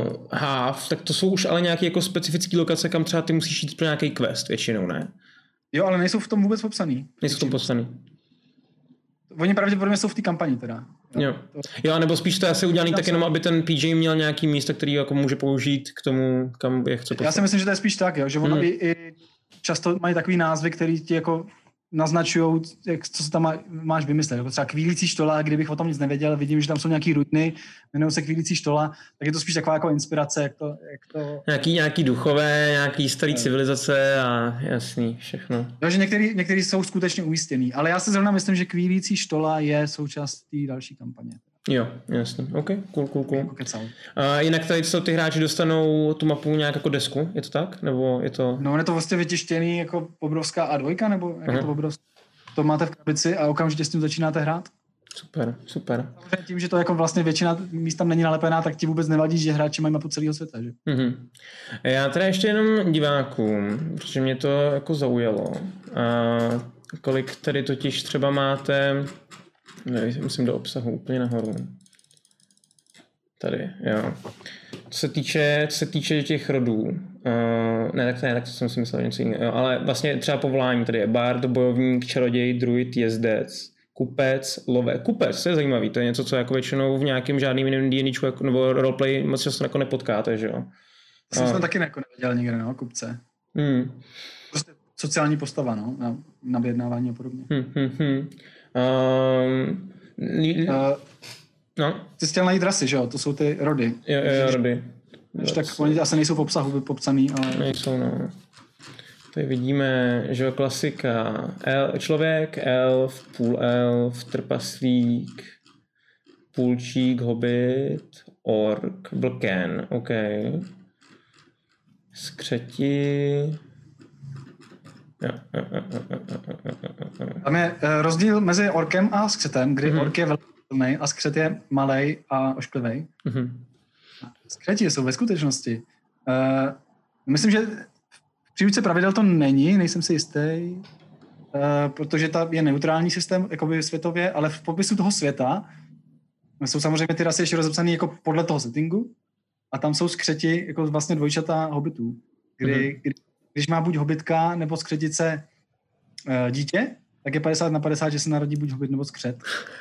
háv, tak to jsou už ale nějaké jako specifické lokace, kam třeba ty musíš jít pro nějaký quest většinou, ne? Jo, ale nejsou v tom vůbec popsaný. Nejsou v tom popsaný. Oni pravděpodobně jsou v té kampani teda. Jo, nebo spíš to asi udělaný tak jenom, aby ten PJ měl nějaký místo, který jako může použít k tomu, kam je chce poslat. Já si myslím, že to je spíš tak, jo, že ono i často mají takový názvy, který ti jako naznačujou, co se tam máš vymyslet. Jako třeba Kvílící štola, kdybych o tom nic nevěděl, vidím, že tam jsou nějaký ruiny, jmenují se Kvílící štola, tak je to spíš taková jako inspirace, jak to... Nějaký duchové, nějaký starý civilizace a jasný, všechno. Jo, že některý jsou skutečně umístěný, ale já si zrovna myslím, že Kvílící štola je součástí další kampaně. Jo, jasný. OK, cool. A jinak tady ty hráči dostanou tu mapu nějak jako desku, je to tak? Nebo je to... No, je to vlastně vytištěný jako obrovská A2, nebo jak je to obrovská? To máte v krabici a okamžitě s tím začínáte hrát? Super. Tím, že to jako vlastně většina míst tam není nalepená, tak ti vůbec nevadí, že hráči mají mapu celého světa, že? Já teda ještě jenom divákům, protože mě to jako zaujalo. A kolik tady totiž třeba máte... Musím do obsahu úplně nahoru. Tady, jo. Co se týče těch rodů, tak to jsem si myslel něco jiného, ale vlastně třeba povolání tady je bard, bojovník, čaroděj, druid, jezdec, kupec, love. Kupec, to je zajímavý, to je něco, co jako většinou v nějakém žádným jiném D&Dčku nebo roleplay moc často jako nepotkáte, že jo. To jsem taky jako neviděl nikde, no, kupce. Prostě sociální postava, no, na vyjednávání a podobně. No. Ty jsi chtěl najít rasy, že jo? To jsou ty rody. Jo, rody. Tak oni asi nejsou v obsahu popsaný, ale... Nejsou, no. Tady vidíme, že jo, klasika. Člověk, elf, půl elf, trpaslík, půlčík, hobbit, ork, blken, OK. Skřeti... Tam je rozdíl mezi orkem a skřetem, kdy ork je velmi a skřet je malej a ošklivej. Skřeti jsou ve skutečnosti. Myslím, že v příručce pravidel to není, nejsem si jistý, protože ta je neutrální systém jakoby světově, ale v popisu toho světa jsou samozřejmě ty rasy ještě rozepsané jako podle toho settingu a tam jsou skřeti jako vlastně dvojčata hobitů, když má buď hobitka nebo skřetice dítě, tak je 50/50, že se narodí buď hobit nebo skřet.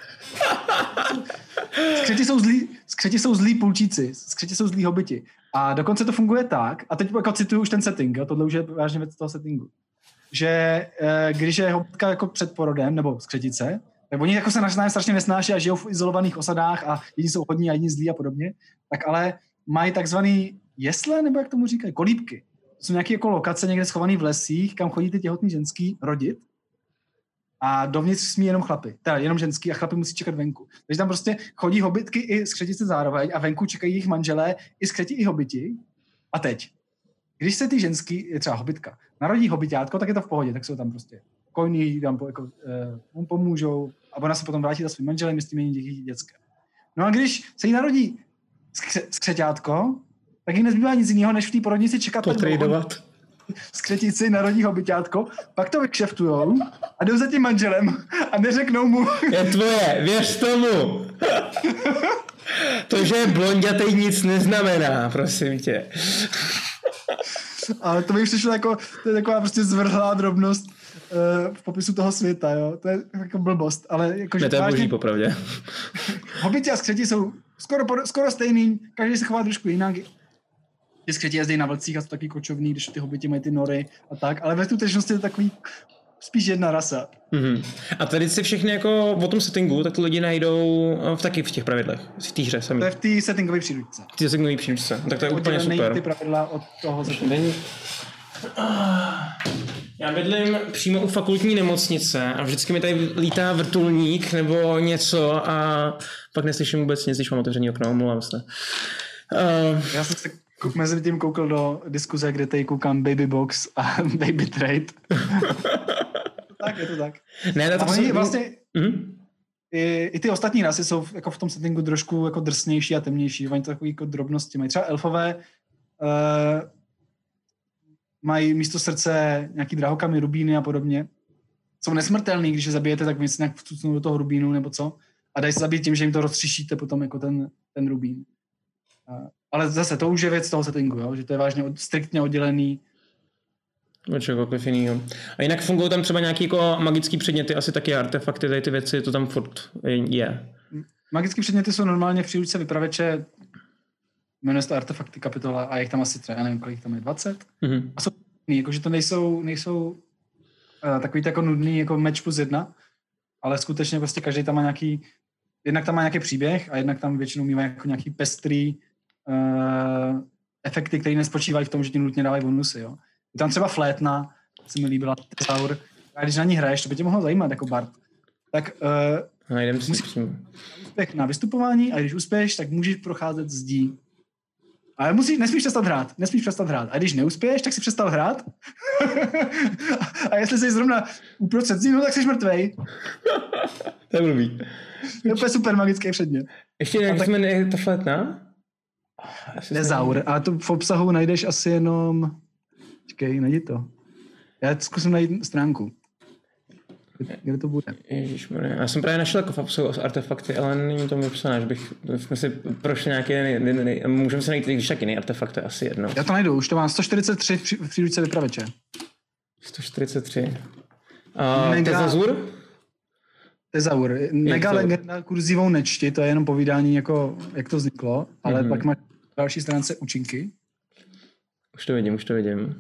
Skřeti jsou zlí půlčíci, skřeti jsou zlí hobiti. A dokonce to funguje tak, a teď jako cituju už ten setting, jo, tohle už je vážně věc toho settingu, že když je hobitka jako před porodem, nebo skřetice, tak oni jako se navzájem strašně nesnáší a žijou v izolovaných osadách a jedni jsou hodní a jedni zlí a podobně, tak ale mají takzvaný jesle, nebo jak tomu říkají, kolíbky. To jsou nějaké jako lokace někde schované v lesích, kam chodí ty těhotný ženský rodit a dovnitř smí jenom chlapy, teda jenom ženský a chlapy musí čekat venku. Takže tam prostě chodí hobitky i skřetice zároveň a venku čekají jejich manželé i skřeti i hobiti. A teď, když se ty ženský, je třeba hobitka, narodí hobitátko, tak je to v pohodě, tak jsou tam prostě kojní, tam jako, pomůžou a ona se potom vrátí za svým manželem, s tím jejich dětskem. No a když se jí narodí skřeťátko, tak jí nezbývá nic jiného, než v té porodnici čekat. Potradovat. Skřetíci narodí hobiťátko, pak to vykšeftujou a jdou za tím manželem a neřeknou mu. Je tvoje, věř tomu. To, že je blondětej, nic neznamená, prosím tě. Ale to mi přišlo jako, to je taková prostě zvrhlá drobnost v popisu toho světa, jo. To je jako blbost, ale jako, že to je boží popravdě. Hobiti a skřeti jsou skoro stejný, každý se chová trošku jinak. Ty skřeti jezdí na vlcích a jsou taky kočovný, když ty hobiti mají ty nory a tak, ale ve skutečnosti je to takový spíš jedna rasa. A tady si všechny jako o tom settingu, tak to lidi najdou taky v těch pravidlech, v té hře sami. To je v té settingové příručce. V té settingové příručce, tak to je úplně super. Ty pravidla od toho settingu. Já bydlím přímo u fakultní nemocnice a vždycky mi tady lítá vrtulník nebo něco a pak neslyším vůbec nic, když mám otevřený okno, omlouvám se. Já jsem se mezi tím koukal do diskuze, kde tady koukám Baby Box a Baby Trade. Tak, je to tak. Ne, to oni vlastně i ty ostatní rasy jsou jako v tom settingu trošku jako drsnější a temnější. Oni to takový jako drobnosti mají. Třeba elfové mají místo srdce nějaký drahokamy, rubíny a podobně. Jsou nesmrtelný, když je zabijete, tak se nějak vcucnou do toho rubínu nebo co. A dají se zabít tím, že jim to roztřišíte potom jako ten rubín. Ale zase to už je věc toho settingu, jo? Že to je vážně striktně oddělený. Cokoliv jinýho. A jinak fungují tam třeba nějaký jako magický předměty, asi taky artefakty, tady ty věci, to tam furt je. Magické předměty jsou normálně v příručce vypravěče, jmenuje se to artefakty kapitola a jich tam asi třeba, já nevím, kolik tam je, 20. Mm-hmm. A jsou jakože to nejsou takový jako nudný jako meč +1, ale skutečně prostě každý tam má nějaký, jednak tam má nějaký příběh a jednak tam většinou mývá jako nějaký pestrý efekty, které nespočívají v tom, že ti nutně dávají bonusy, jo. Je tam třeba flétna, se mi líbila, tesaur, a když na ní hraješ, to by tě mohlo zajímat jako bard, tak musíš úspěch na vystupování a když uspěješ, tak můžeš procházet zdí. Ale nesmíš přestat hrát. A když neuspěješ, tak si přestal hrát. A jestli jsi zrovna uprostřed zdí, no tak jsi mrtvej. To je blbý. To je úplně super magický předmět. Ještě jak se jmenuje ta flétna? Tesaur. A to v obsahu najdeš asi jenom... Čekej, najdi to. Já zkusím najít stránku. Kde to bude? Ježišmarja. Já jsem právě našel jako v obsahu artefakty, ale není to mi psané, že jsme si prošli nějaké... Můžeme se najít když tak jiný artefakt, asi jedno. Já to najdu, už to mám 143 v příručce vypravěče. 143. A Tesaur? Tesaur. Mega legenda kurzivou nečti, to je jenom povídání, jako, jak to vzniklo, ale pak máš další stránce účinky. Už to vidím.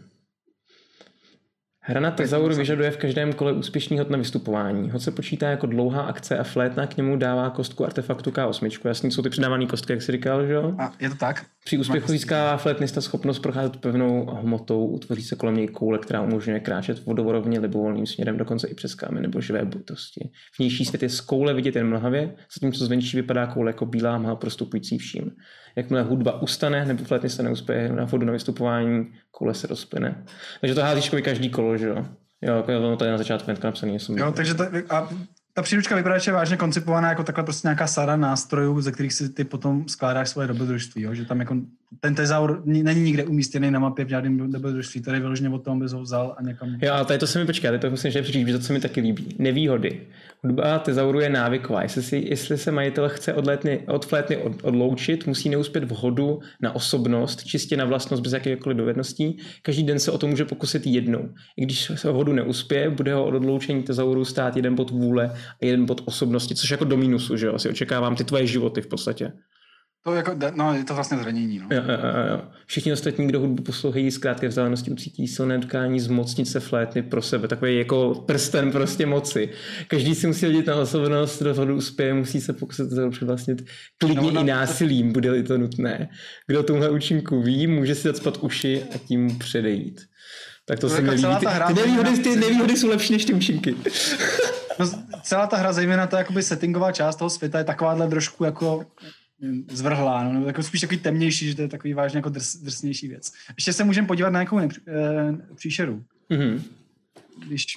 Hra na Tesaur vyžaduje v každém kole úspěšný hod na vystupování. Hod se počítá jako dlouhá akce a flétna k němu dává kostku artefaktu K8. Jasně, jsou ty přidávané kostky, jak jsi říkal, že jo? A je to tak? Při úspěchu získává flétnista schopnost procházet pevnou hmotou, utvoří se kolem něj koule, která umožňuje kráčet vodovorovně libovolným směrem, dokonce i přes kámen nebo živé bytosti. Vnější svět je z koule vidět jen mlhavě, zatímco zvenčí vypadá koule jako bílá mlha prostupující vším. Jakmile hudba ustane nebo flétnista neuspěje na vodu na vystupování, koule se rozplyne. Takže to házíš každý kolo, že jo? Jo, to je na začátku hnedka napsaný. Jo, takže ta příručka vypadá, že je vážně koncipovaná jako takhle prostě nějaká sada nástrojů, ze kterých si ty potom skládáš svoje dobrodružství, jo? Že tam jako ten tesaur není nikde umístěný na mapě v žádném dobrodružství, tady vyloženě od toho bys ho vzal a někam. Jo, ale tady to se mi počká, to musím přečíst, že to se mi taky líbí. Nevýhody. Hudba tesauru je návyková. Jestli se majitel chce od flétny odloučit, musí neuspět v hodu na osobnost, čistě na vlastnost bez jakékoliv dovedností. Každý den se o to může pokusit jednou. I když se v hodu neuspěje, bude ho od odloučení tesauru stát 1 bod vůle a 1 bod osobnosti, což jako do mínusu, že jo? Asi očekávám ty tvoje životy v podstatě. To jako, no, je to vlastně zranění, no. Jo. Všichni ostatní, kdo hudbu poslouchají z krátké vzdálenosti, ucítí silné tkání zmocnit se flétny pro sebe. Takový jako prsten prostě moci. Každý si musí hodit na osobnost, do hodu uspěje, musí se pokusit to přivlastnit klidně i násilím, bude-li to nutné. Kdo tomhle účinku ví, může si zacpat uši a tím předejít. Tak to se mi líbí. Ty nevýhody jsou lepší než ty účinky. No, celá ta hra, zejména ta jakoby settingová část toho světa je takováhle trošku jako zvrhlá, no, jako spíš takový temnější, že to je takový vážně jako drsnější věc. Ještě se můžeme podívat na nějakou příšeru. Mm-hmm. Když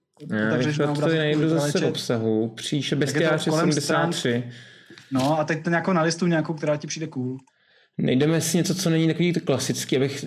to najdu zase v obsahu. Příše bestiáři 73. No a teď to nějakou na listu nějakou, která ti přijde cool. Nejdeme si něco, co není takový klasický, abych...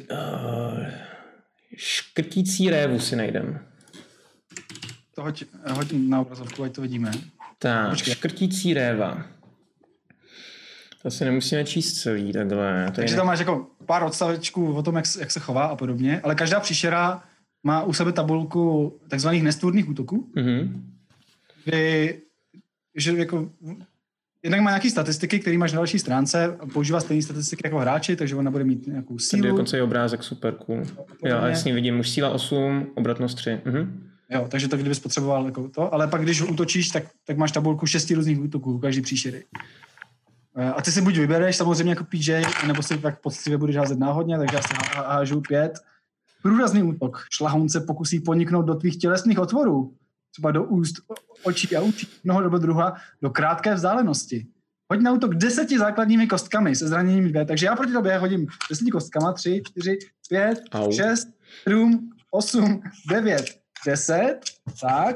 škrtící révu si najdem. To hoď na obrazovku, ať to vidíme. Tak, škrtící réva. To si nemusíme číst celý takhle. Takže tam máš jako pár odstavečků o tom, jak se chová a podobně, ale každá příšera má u sebe tabulku takzvaných nestvůrných útoků, kdy, že jako, jednak má nějaký statistiky, které máš na další stránce, používá stejné statistiky jako hráči, takže ona bude mít nějakou sílu. Tady dokonce je obrázek, super cool. Jo, jasně vidím, už síla 8, obratnost 3. Jo, takže to kdybys potřeboval jako to, ale pak když útočíš, tak máš tabulku 6 různých útoků, každý příšery. A ty si buď vybereš samozřejmě jako PJ, nebo si tak poctivě budeš házet náhodně, takže já si hážu 5. Průrazný útok. Šlahoun se pokusí poniknout do tvých tělesných otvorů, třeba do úst, očí a učí, mnoho dobrodruha, do krátké vzdálenosti. Hoď na útok 10 základními kostkami se zraněním 2, takže já proti tobě hodím 10 kostkama, 3, 4, 5, 6, 7, 8, 9, 10, tak.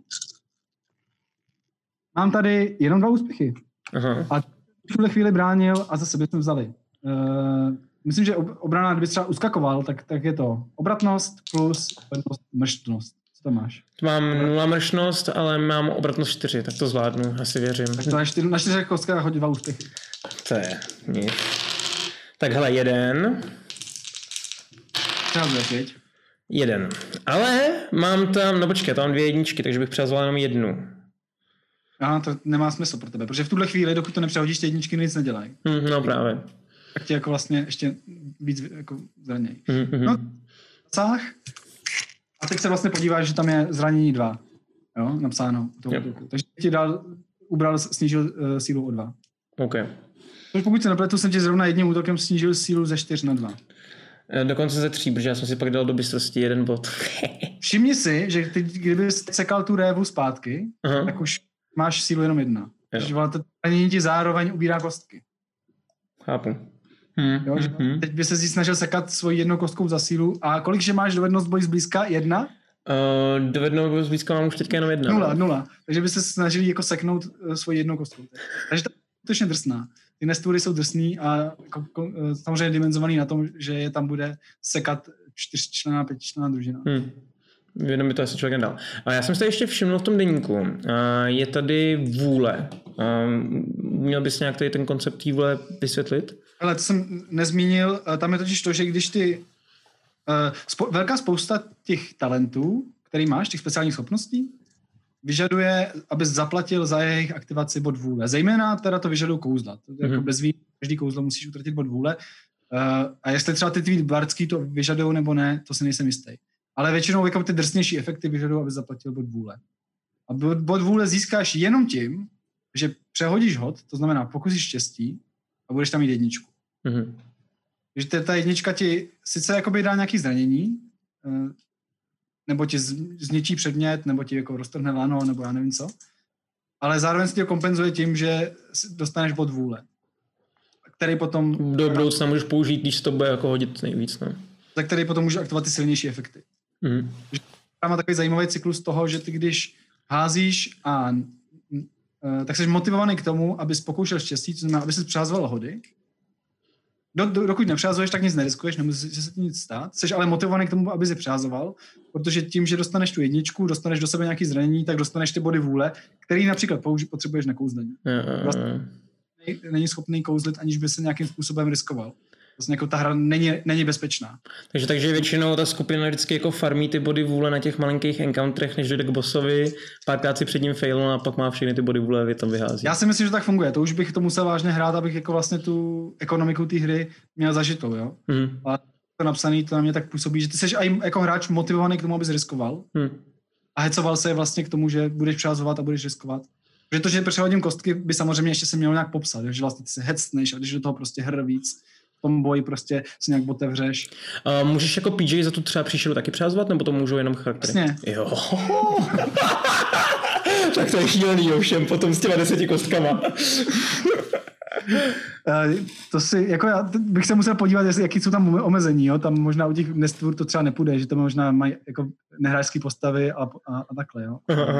Mám tady jenom 2 úspěchy. Aha. A v tuhle chvíli bránil a zase bychom vzali. Myslím, že obrana, kdyby třeba uskakoval, tak je to obratnost plus mrštnost. Co to máš? Mám 0 mrštnost, ale mám obratnost 4, tak to zvládnu, asi věřím. Tak to na 4 kostkách hodí 2 úspěchy. To je nic. Tak hele, 1. Přehazuješ, viď? 1. Ale mám tam, no počkej, tam 2 jedničky, takže bych přehazoval jenom 1. Aha, to nemá smysl pro tebe, protože v tuhle chvíli, dokud to nepřehodíš, ty jedničky nic nedělají. No právě. Tak ti jako vlastně ještě víc jako zraněj. No, cáh. A teď se vlastně podíváš, že tam je zranění 2. Jo, napsáno. Takže ti snížil sílu o 2. OK. Takže pokud se nepletu, jsem ti zrovna jedním útokem snížil sílu ze 4 na 2. Dokonce ze 3, protože já jsem si pak dal do bystrosti 1 bod. Všimni si, že ty, kdyby sekal tu révu zpátky, tak už máš sílu jenom 1. Takže to zranění ti zároveň ubírá kostky. Chápu. Jo, že teď by se snažil sekat svoji 1 kostkou za sílu. A kolik, že máš dovednost boj zblízka? 1? Dovednost boj zblízka mám už teďka jenom 1. 0. Takže by se snažili jako seknout svoji 1 kostkou. Takže to je skutečně drsná. Ty nestvůry jsou drsný a samozřejmě dimenzovaný na tom, že je tam bude sekat 4členná, 5členná družina. Jenom by to asi člověk nedal. A já jsem se ještě všiml v tom deníku. Je tady vůle. Měl bys nějak tady ten koncept té vůle vysvětlit? Ale to jsem nezmínil. Tam je totiž to, že když ty velká spousta těch talentů, který máš, těch speciálních schopností, vyžaduje, abys zaplatil za jejich aktivaci bod vůle. Zejména teda to vyžadují kouzla. To jako bez výjimky, každý kouzlo musíš utratit bod vůle. A jestli třeba ty tvý bardský to vyžadují nebo ne, to si nejsem jistý. Ale většinou jako ty drsnější efekty vyžadují, abys zaplatil bod vůle. A bod vůle získáš jenom tím, že přehodíš hod, to znamená pokusíš štěstí a budeš tam mít 1. Takže ta 1 ti sice jakoby dá nějaký zranění, nebo ti zničí předmět, nebo ti jako roztrhne lano, nebo já nevím co, ale zároveň si to kompenzuje tím, že dostaneš bod vůle, který potom... Do budoucna můžeš použít, když to bude jako hodit nejvíc, no. Za který potom můžeš aktivovat ty silnější efekty. Tam má takový zajímavý cyklus toho, že ty když házíš tak jsi motivovaný k tomu, abys pokoušel štěstí, to znamená, aby jsi přehazoval hody. Dokud nepřehazuješ, tak nic neriskuješ, nemusí se ti nic stát. Jsi ale motivovaný k tomu, aby si přehazoval, protože tím, že dostaneš tu 1, dostaneš do sebe nějaký zranění, tak dostaneš ty body vůle, který například potřebuješ na kouzlení. Vlastně není schopný kouzlit, aniž by se nějakým způsobem riskoval. Vlastně jako ta hra není bezpečná. Takže většinou ta skupina vždycky jako farmí ty body vůle na těch malinkých encounterech, než dojde k bossovi, párkrát si před ním failnul a pak má všechny ty body vůle tam vyhází. Já si myslím, že tak funguje. To už bych to musel vážně hrát, abych jako vlastně tu ekonomiku té hry měl zažitou, jo. A to napsaný, to na mě tak působí, že ty jsi jako hráč motivovaný k tomu, abys riskoval. A hecoval se vlastně k tomu, že budeš přehazovat a budeš riskovat. Protože to, že přehodím kostky, by samozřejmě ještě se mělo nějak popsat, že vlastně ty se hecneš a když do toho prostě hr víc. V tom boji prostě si nějak otevřeš. Můžeš jako PJ za tu třeba příšeru taky přehazovat, nebo to můžou jenom charaktery? Jasně. Jo. Tak to je šílený ovšem, potom s těma 10 kostkama. To si, jako já bych se musel podívat, jaký jsou tam omezení, jo? Tam možná u těch nestvůr to třeba nepůjde, že to možná mají jako nehráčský postavy a takhle, jo.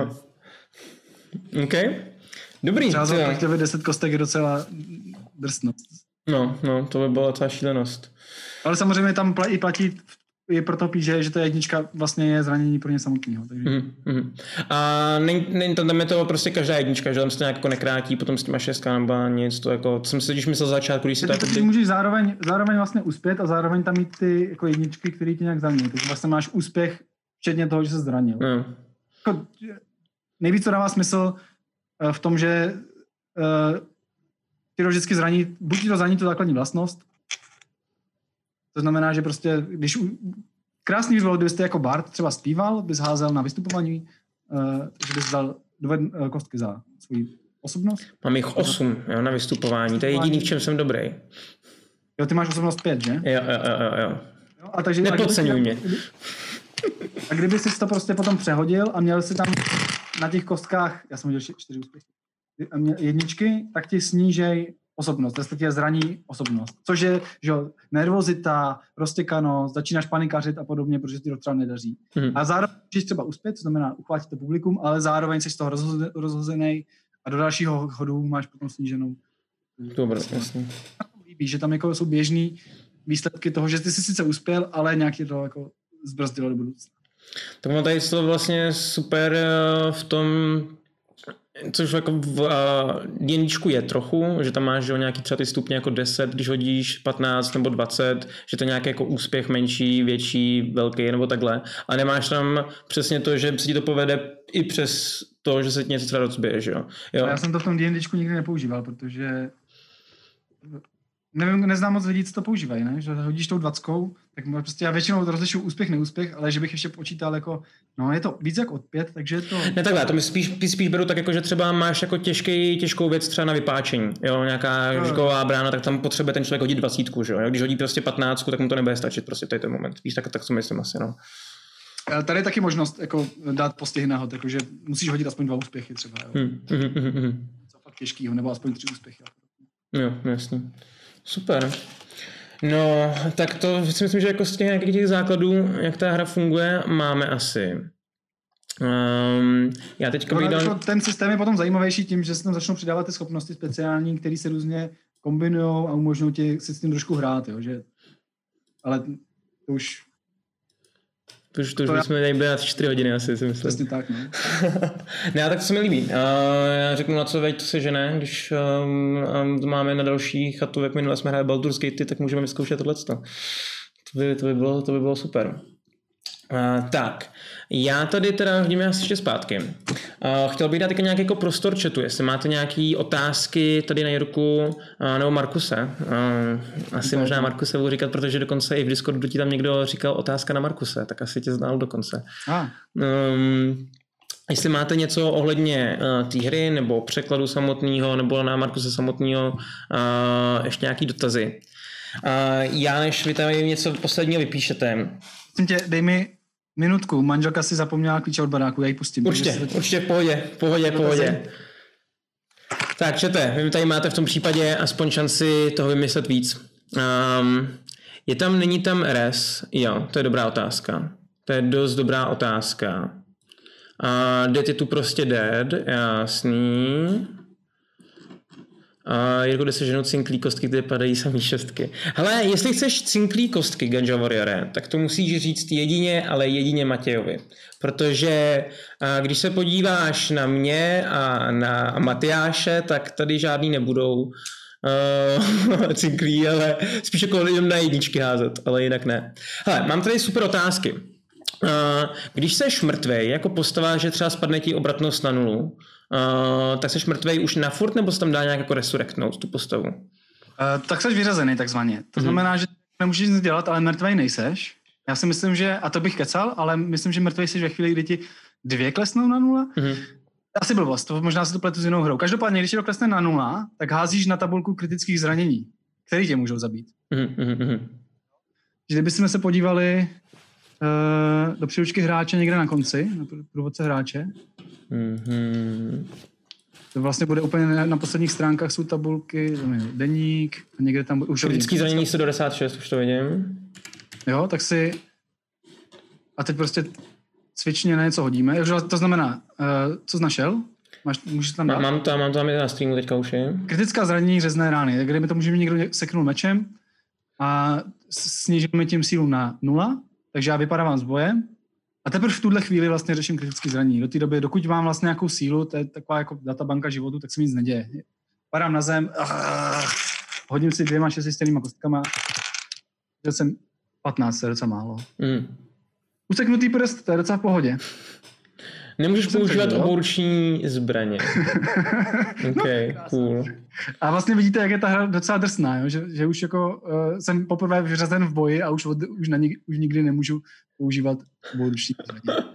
OK. Dobrý. Přehazovat 10 kostek je docela drsnost. No, to by byla ta šílenost. Ale samozřejmě tam platí je proto píše, že to 1 vlastně je zranění pro ně samotného. Takže... A tam je to prostě každá 1, že tam se to nějak jako nekrátí, potom s těma 6 nebo nic, to jako, jsem si když myslel za začátku, když si tak... Ty můžeš zároveň vlastně uspět a zároveň tam mít ty jako 1, které tě nějak zraní. Takže vlastně máš úspěch včetně toho, že se zranil. Jako, nejvíc to dává smysl v tom, že ty to vždycky zraní, buď ti to zraní tu základní vlastnost, to znamená, že prostě, když krásný by bylo, kdybyste jako bard třeba zpíval, bys házel na vystupování, že bys dal kostky za svou osobnost. Mám jich 8, jo, na vystupování, to je jediný, v čem jsem dobrý. Jo, ty máš osobnost 5, že? Jo. A takže, nepodceňuj mě. A kdyby jsi to prostě potom přehodil a měl si tam na těch kostkách, já jsem udělal 4 úspěchy, 1, tak ti snížej osobnost, respektive zraní osobnost. Což je, že nervozita, roztěkanost, začínáš panikařit a podobně, protože ti to třeba nedaří. A zároveň můžeš třeba uspět, to znamená uchvátit to publikum, ale zároveň jsi z toho rozhozený a do dalšího hodu máš potom sníženou. Dobré, jasně. Líbí, že tam jako jsou běžný výsledky toho, že ty jsi sice uspěl, ale nějak je to jako zbrzdilo do budoucna. Tak mám tady to vlastně super v tom, Což jako v D&Dčku je trochu, že tam máš nějaký třeba ty stupně jako 10, když hodíš 15 nebo 20, že to je nějaký jako úspěch menší, větší, velký nebo takhle. A nemáš tam přesně to, že se ti to povede i přes to, že se ti něco třeba rozbije, že jo? Já jsem to v tom D&Dčku nikdy nepoužíval, protože nevím, neznám moc lidí, co to používají, ne? Že hodíš tou 20, tak prostě já většinou rozlišuju úspěch, neúspěch, ale že bych ještě počítal jako, no je to víc jak od 5, takže je to... Ne takhle, to mi spíš beru tak jako, že třeba máš jako těžkou věc třeba na vypáčení, jo, nějaká žiková brána, tak tam potřebuje ten člověk hodit 20, že jo, když hodí prostě 15, tak mu to nebude stačit prostě tady ten moment, víš, tak to myslím asi, no. Tady je taky možnost jako dát postihy nahod, jakože musíš hodit aspoň 2 úspěchy třeba, jo. Co fakt těžkýho, nebo aspoň 3 úspěchy. Jo, jasný. Super. No, tak to si myslím, že jako z těch nějakých základů, jak ta hra funguje, máme asi. Já teďka bych dal... Ten systém je potom zajímavější tím, že se tam začnou přidávat ty schopnosti speciální, které se různě kombinujou a umožňují ti si s tím trošku hrát, jo, že... Ale to už... To už bychom tady byli na 4 hodiny asi, si myslím. Přesně tak, no. Ne, tak to se mi líbí. Já řeknu, na co veď to se žene, když máme na další chatu, jak minule jsme hráli Baldur's Gate, tak můžeme vyzkoušet tohleto. To by bylo super. Tak, já tady teda hodíme asi ještě zpátky. Chtěl bych dát také nějaký jako prostor chatu, jestli máte nějaké otázky tady na Jirku nebo Markuse. Asi možná Markuse budu říkat, protože dokonce i v Discordu ti tam někdo říkal otázka na Markuse, tak asi tě znal dokonce. Jestli máte něco ohledně té hry nebo překladu samotného nebo na Markuse samotného, ještě nějaký dotazy. Já než vy tady něco posledního vypíšete. Dej mi minutku, manželka si zapomněla klíče od baráku, já ji pustím. Určitě, pohodě. Tak čete, vy tady máte v tom případě aspoň šanci toho vymyslet víc. Není tam RS? Jo, to je dobrá otázka. To je dost dobrá otázka. Dead je tu prostě dead, jasný. Jirko, kde se ženou cinklý kostky, kde padají samý šestky. Hele, jestli chceš cinklý kostky, Ganja Warriore, tak to musíš říct jedině Matějovi. Protože když se podíváš na mě a na Matyáše, tak tady žádný nebudou cinklí, ale spíš jako lidem na jedničky házet, ale jinak ne. Hele, mám tady super otázky. Když seš mrtvej, jako postava, že třeba spadne ti obratnost na 0, tak seš mrtvej už na furt, nebo se tam dá nějak jako resurrectnout tu postavu? Tak seš vyřazený takzvaně. To znamená, že nemůžeš nic dělat, ale mrtvej nejseš. Já si myslím, že, a to bych kecal, ale myslím, že mrtvej seš ve chvíli, kdy ti 2 klesnou na 0. Asi blbost, to možná se to pletu s jinou hrou. Každopádně, když ti to klesne na 0, tak házíš na tabulku kritických zranění, které tě můžou zabít. Kdybychom se podívali do příručky hráče někde na konci, na průvodce hráče. To vlastně bude úplně na posledních stránkách, jsou tabulky, deník, a někde tam už kritický zranění 196, už to vidím. Jo, tak si a teď prostě cvičně na něco hodíme. To znamená, co jsi našel? Můžeš tam dát? Mám tam na streamu teďka už je. Kritická zranění, řezné rány. Kdyby to můžeme někdo seknul mečem a snížíme tím sílu na 0, takže já vypadávám z boje a teprve v tuhle chvíli vlastně řeším kritické zranění. Do té doby, dokud mám vlastně nějakou sílu, to je taková jako databanka životu, tak se mi nic neděje. Padám na zem, hodím si 2 6 kostkama, že jsem 15, to je docela málo. Useknutý prst, to je docela v pohodě. Nemůžeš používat oboruční zbraně. Cool. A vlastně vidíte, jak je ta hra docela drsná, jo? Že už jako jsem poprvé vyřazen v boji a už nikdy nemůžu používat oboruční zbraně.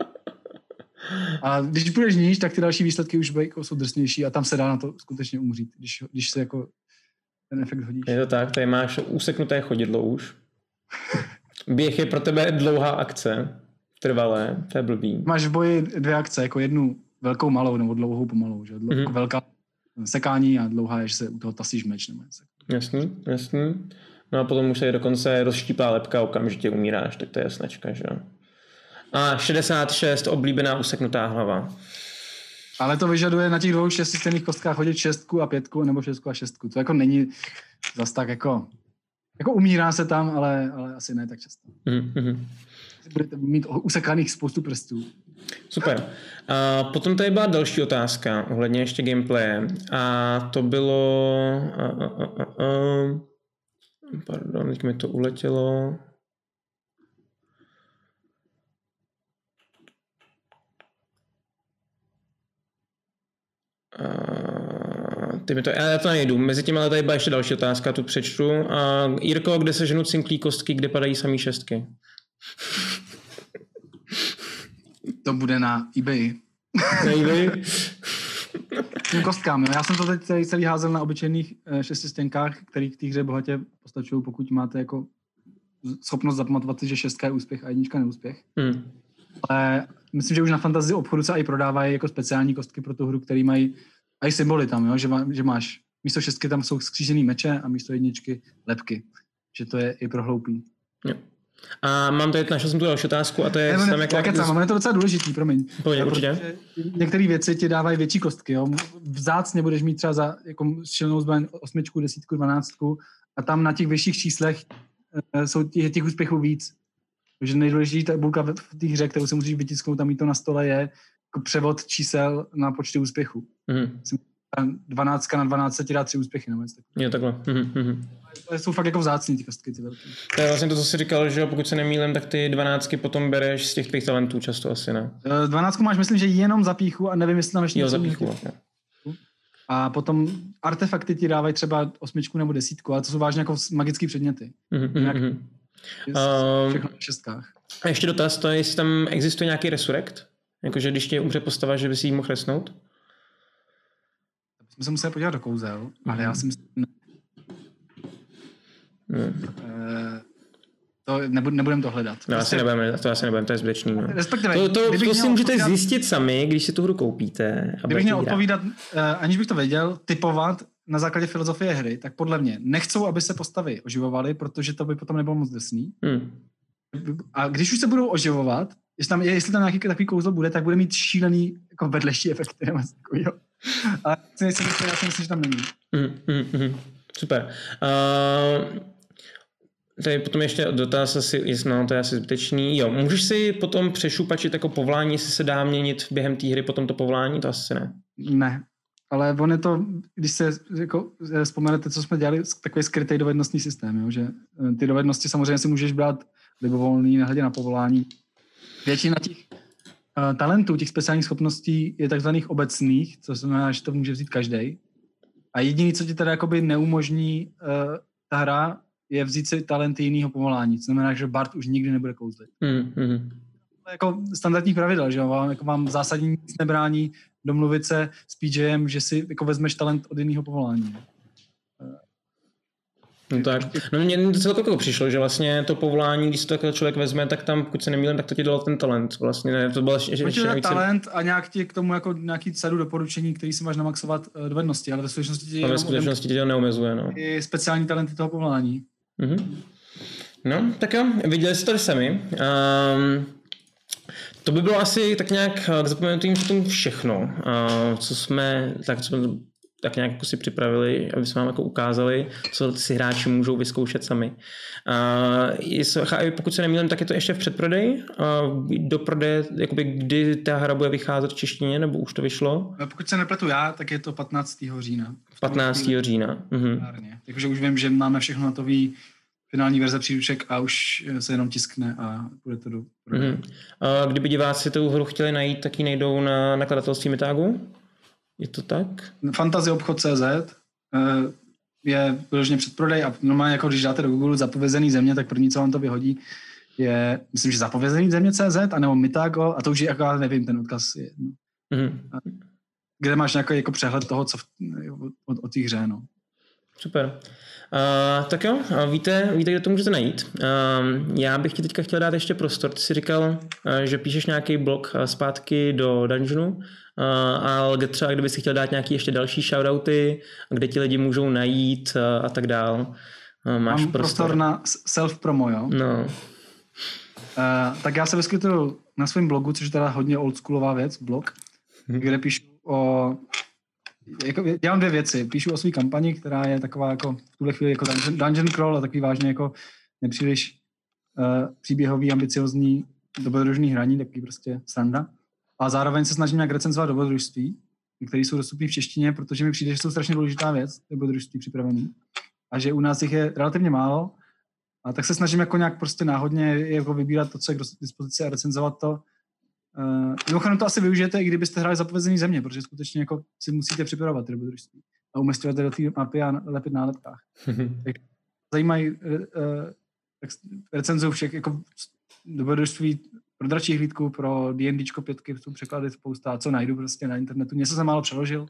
A když půjdeš níž, tak ty další výsledky už jsou drsnější a tam se dá na to skutečně umřít, když se jako ten efekt hodíš. Je to tak, tady máš useknuté chodidlo už. Běh je pro tebe dlouhá akce. Trvalé, to je blbý. Máš v boji 2 akce, jako jednu velkou malou nebo dlouhou pomalou, že? Jako velká sekání a dlouhá je, že se u toho tasíš meč. Nebo Jasný. No a potom už se dokonce rozštípá lebka a okamžitě umíráš, tak to je jasnačka, že jo. A 66, oblíbená useknutá hlava. Ale to vyžaduje na těch 2 šestistěnných kostkách hodit 6 a 5 nebo 6 a 6. To jako není zas tak jako umírá se tam, ale asi ne tak často. Budete mít usekaných spoustu prstů. Super. A potom tady byla další otázka ohledně ještě gameplaye a to bylo... Pardon, teď mi to uletělo. Já to nejdu. Mezi tím ale tady byla ještě další otázka, tu přečtu. Jirko, kde se ženou cinklí kostky, kde padají samý šestky? To bude na eBay. Na eBay? Tím kostkám, jo. Já jsem to teď celý házel na obyčejných šestistěnkách, který v té hře bohatě postačují, pokud máte jako schopnost zapamatovat si, že 6 je úspěch a 1 neúspěch. Ale myslím, že už na fantasy obchodu se i prodávají jako speciální kostky pro tu hru, který mají i symboly tam, jo? Že máš místo 6 tam jsou skřížený meče a místo 1 lebky. Že to je i pro hloupý. Jo. A našel jsem tu další otázku a to je... Máme to docela důležitý, promiň. Pojď, určitě. Některé věci ti dávají větší kostky, jo. Vzácně budeš mít třeba za jako šilnou zbraň 8, 10, 12 a tam na těch vyšších číslech jsou těch úspěchů víc. Takže nejdůležitější tabulka v té hře, kterou si musíš vytisknout a mít to na stole, je jako převod čísel na počty úspěchů. 12 na 12 ti dá 3 úspěchy. Jo, takhle. To jsou fakt jako vzácný ty kostky, ty velké. To je vlastně to, co jsi říkal, že pokud se nemýlím, tak ty 12 potom bereš z těch tvých talentů často asi, ne? 12 máš, myslím, že jenom za píchu a nevím, jestli tam ještě... Jo, za píchu, A potom artefakty ti dávají třeba 8 nebo 10, ale to jsou vážně jako magické předměty. Všechno v 6. A ještě dotaz, to je, jestli tam existuje nějaký resurrect? Jakože když tě umře postava, že by si jí mohl resnout? Jsme se museli podívat do kouzel, ale já si myslím, to nebudem to hledat. No, asi nebudeme, to je zbytečný. No. Respektive, to si můžete zjistit sami, když si tu hru koupíte. Kdybych měl odpovídat, aniž bych to věděl, typovat na základě filozofie hry, tak podle mě nechcou, aby se postavy oživovaly, protože to by potom nebylo moc drsný. A když už se budou oživovat, jestli tam nějaký takový kouzlo bude, tak bude mít šílený jako vedlejší efekty. A já si myslím, že tam není. Super. Tady potom ještě dotaz asi, to je asi zbytečný. Jo, můžeš si potom přešupačit jako povolání, jestli se dá měnit během té hry potom to povolání? To asi ne. Ne, ale on je to, když se jako vzpomenete, co jsme dělali, takový skrytý dovednostní systém, jo? Že ty dovednosti samozřejmě si můžeš brát libovolný, nehledě na povolání. Většina těch talentů, těch speciálních schopností je takzvaných obecných, co znamená, že to může vzít každej. A jediný, co ti teda jakoby neumožní ta hra, je vzít si talenty jiného povolání. To znamená, že Bard už nikdy nebude kouzlit. Jako standardních pravidel, že vám zásadní nic nebrání domluvit se s PJem, že si jako vezmeš talent od jiného povolání. No tak. No mně to celkově přišlo, že vlastně to povolání, když si to takový člověk vezme, tak tam, pokud se nemýlím, tak to ti dalo ten talent. Vlastně ne, to bylo ještě talent a nějak ti k tomu jako nějaký sadu doporučení, který si máš namaxovat dovednosti, ale ve skutečnosti ti to neomezuje. No. I speciální talenty toho povolání. No, tak jo, viděli jste to sami. To by bylo asi tak nějak k zapomenutým tomu všechno, co jsme tak nějak jako si připravili, aby jsme vám jako ukázali, co si hráči můžou vyzkoušet sami. Pokud se nemýlím, tak je to ještě v předprodeji. Do prodeje, jakoby, kdy ta hra bude vycházet v češtině, nebo už to vyšlo? Pokud se nepletu já, tak je to 15. října. 15. října. Takže už vím, že máme všechno na to finální verze příruček a už se jenom tiskne a bude to do prodeje. Kdyby diváci tu hru chtěli najít, tak ji najdou na nakladatelství Mitagu? Je to tak? Fantazyobchod.cz je vyloženě předprodej a normálně jako když dáte do Google zapovězený země, tak první, co vám to vyhodí, je, myslím, že zapovězený země.cz anebo Mitago a to už je, jako nevím, ten odkaz je. Kde máš nějaký jako přehled toho, co o té hře, no. Super. Tak jo, víte, kde to můžete najít. Já bych ti teďka chtěl dát ještě prostor. Ty jsi říkal, že píšeš nějaký blog zpátky do Dungeonu, ale třeba kdyby si chtěl dát nějaký ještě další shoutouty, kde ti lidi můžou najít a tak dál. Máš prostor na self-promo, jo? No. Tak já se vyskytuju na svém blogu, což je teda hodně oldschoolová věc, blog, kde píšu o... Já mám 2 věci. Píšu o své kampani, která je taková jako v tuhle chvíli jako dungeon crawl a takový vážně jako nepříliš příběhový, ambiciozní dobrodružný hraní, takový prostě sranda. A zároveň se snažím nějak recenzovat dobrodružství, které jsou dostupné v češtině, protože mi přijde, že jsou strašně důležitá věc, dobrodružství připravený. A že u nás jich je relativně málo. A tak se snažím jako nějak prostě náhodně jako vybírat to, co je k dispozici a recenzovat to. Mimochodem to asi využijete, i kdybyste hráli Zapovězený země, protože skutečně jako si musíte připravovat ty dobrodružství a umísťujete do té mapy a lepit nálepkách. Zajímají recenzují všech jako dobrodružství pro Dračí hlídku, pro D&Dčko 5, jsou překlady spousta, co najdu prostě na internetu. Něco jsem málo přeložil.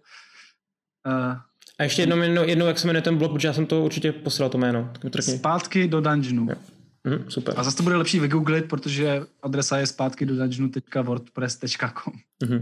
A ještě jednou, jak se jmenuje ten blog, protože já jsem to určitě poslal to jméno. Zpátky do dungeonu. Super. A zase to bude lepší vygooglit, protože adresa je zpátky do dungeonu.wordpress.com.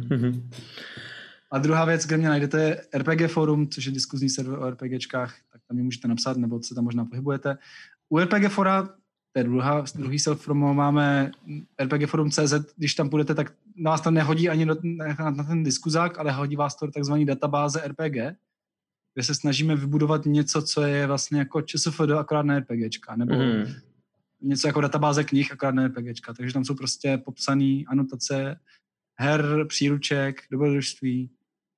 A druhá věc, kde mě najdete, je RPG Forum, což je diskuzní server o RPGčkách, tak tam mě můžete napsat, nebo se tam možná pohybujete. U RPG Fora, to je druhý self-promo, máme rpgforum.cz, když tam půjdete, tak vás to nehodí ani na ten diskuzák, ale hodí vás to do takzvaný databáze RPG, kde se snažíme vybudovat něco, co je vlastně jako ČSFD, akorát na RPGčka, nebo něco jako databáze knih, akorát na RPGčka. Takže tam jsou prostě popsané anotace her, příruček, dobrodružství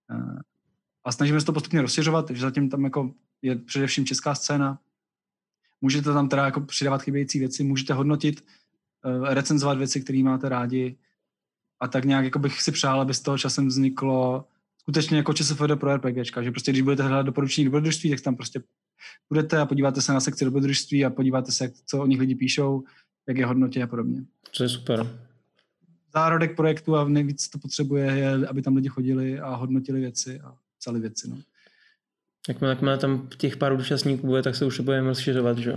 a snažíme se to postupně rozšiřovat, takže zatím tam jako je především česká scéna. Můžete tam teda jako přidávat chybějící věci, můžete hodnotit, recenzovat věci, které máte rádi a tak nějak jako bych si přál, aby z toho časem vzniklo skutečně jako ČSFD pro RPGčka, že prostě když budete hledat doporučení dobrodružství, tak tam prostě budete a podíváte se na sekci dobrodružství a podíváte se, co o nich lidi píšou, jak je hodnotí a podobně. To je super. Zárodek projektu a nejvíc to potřebuje je, aby tam lidi chodili a hodnotili věci a psali věci. No. Jakmile tam těch pár účastníků bude, tak se už to budeme rozšiřovat, že jo?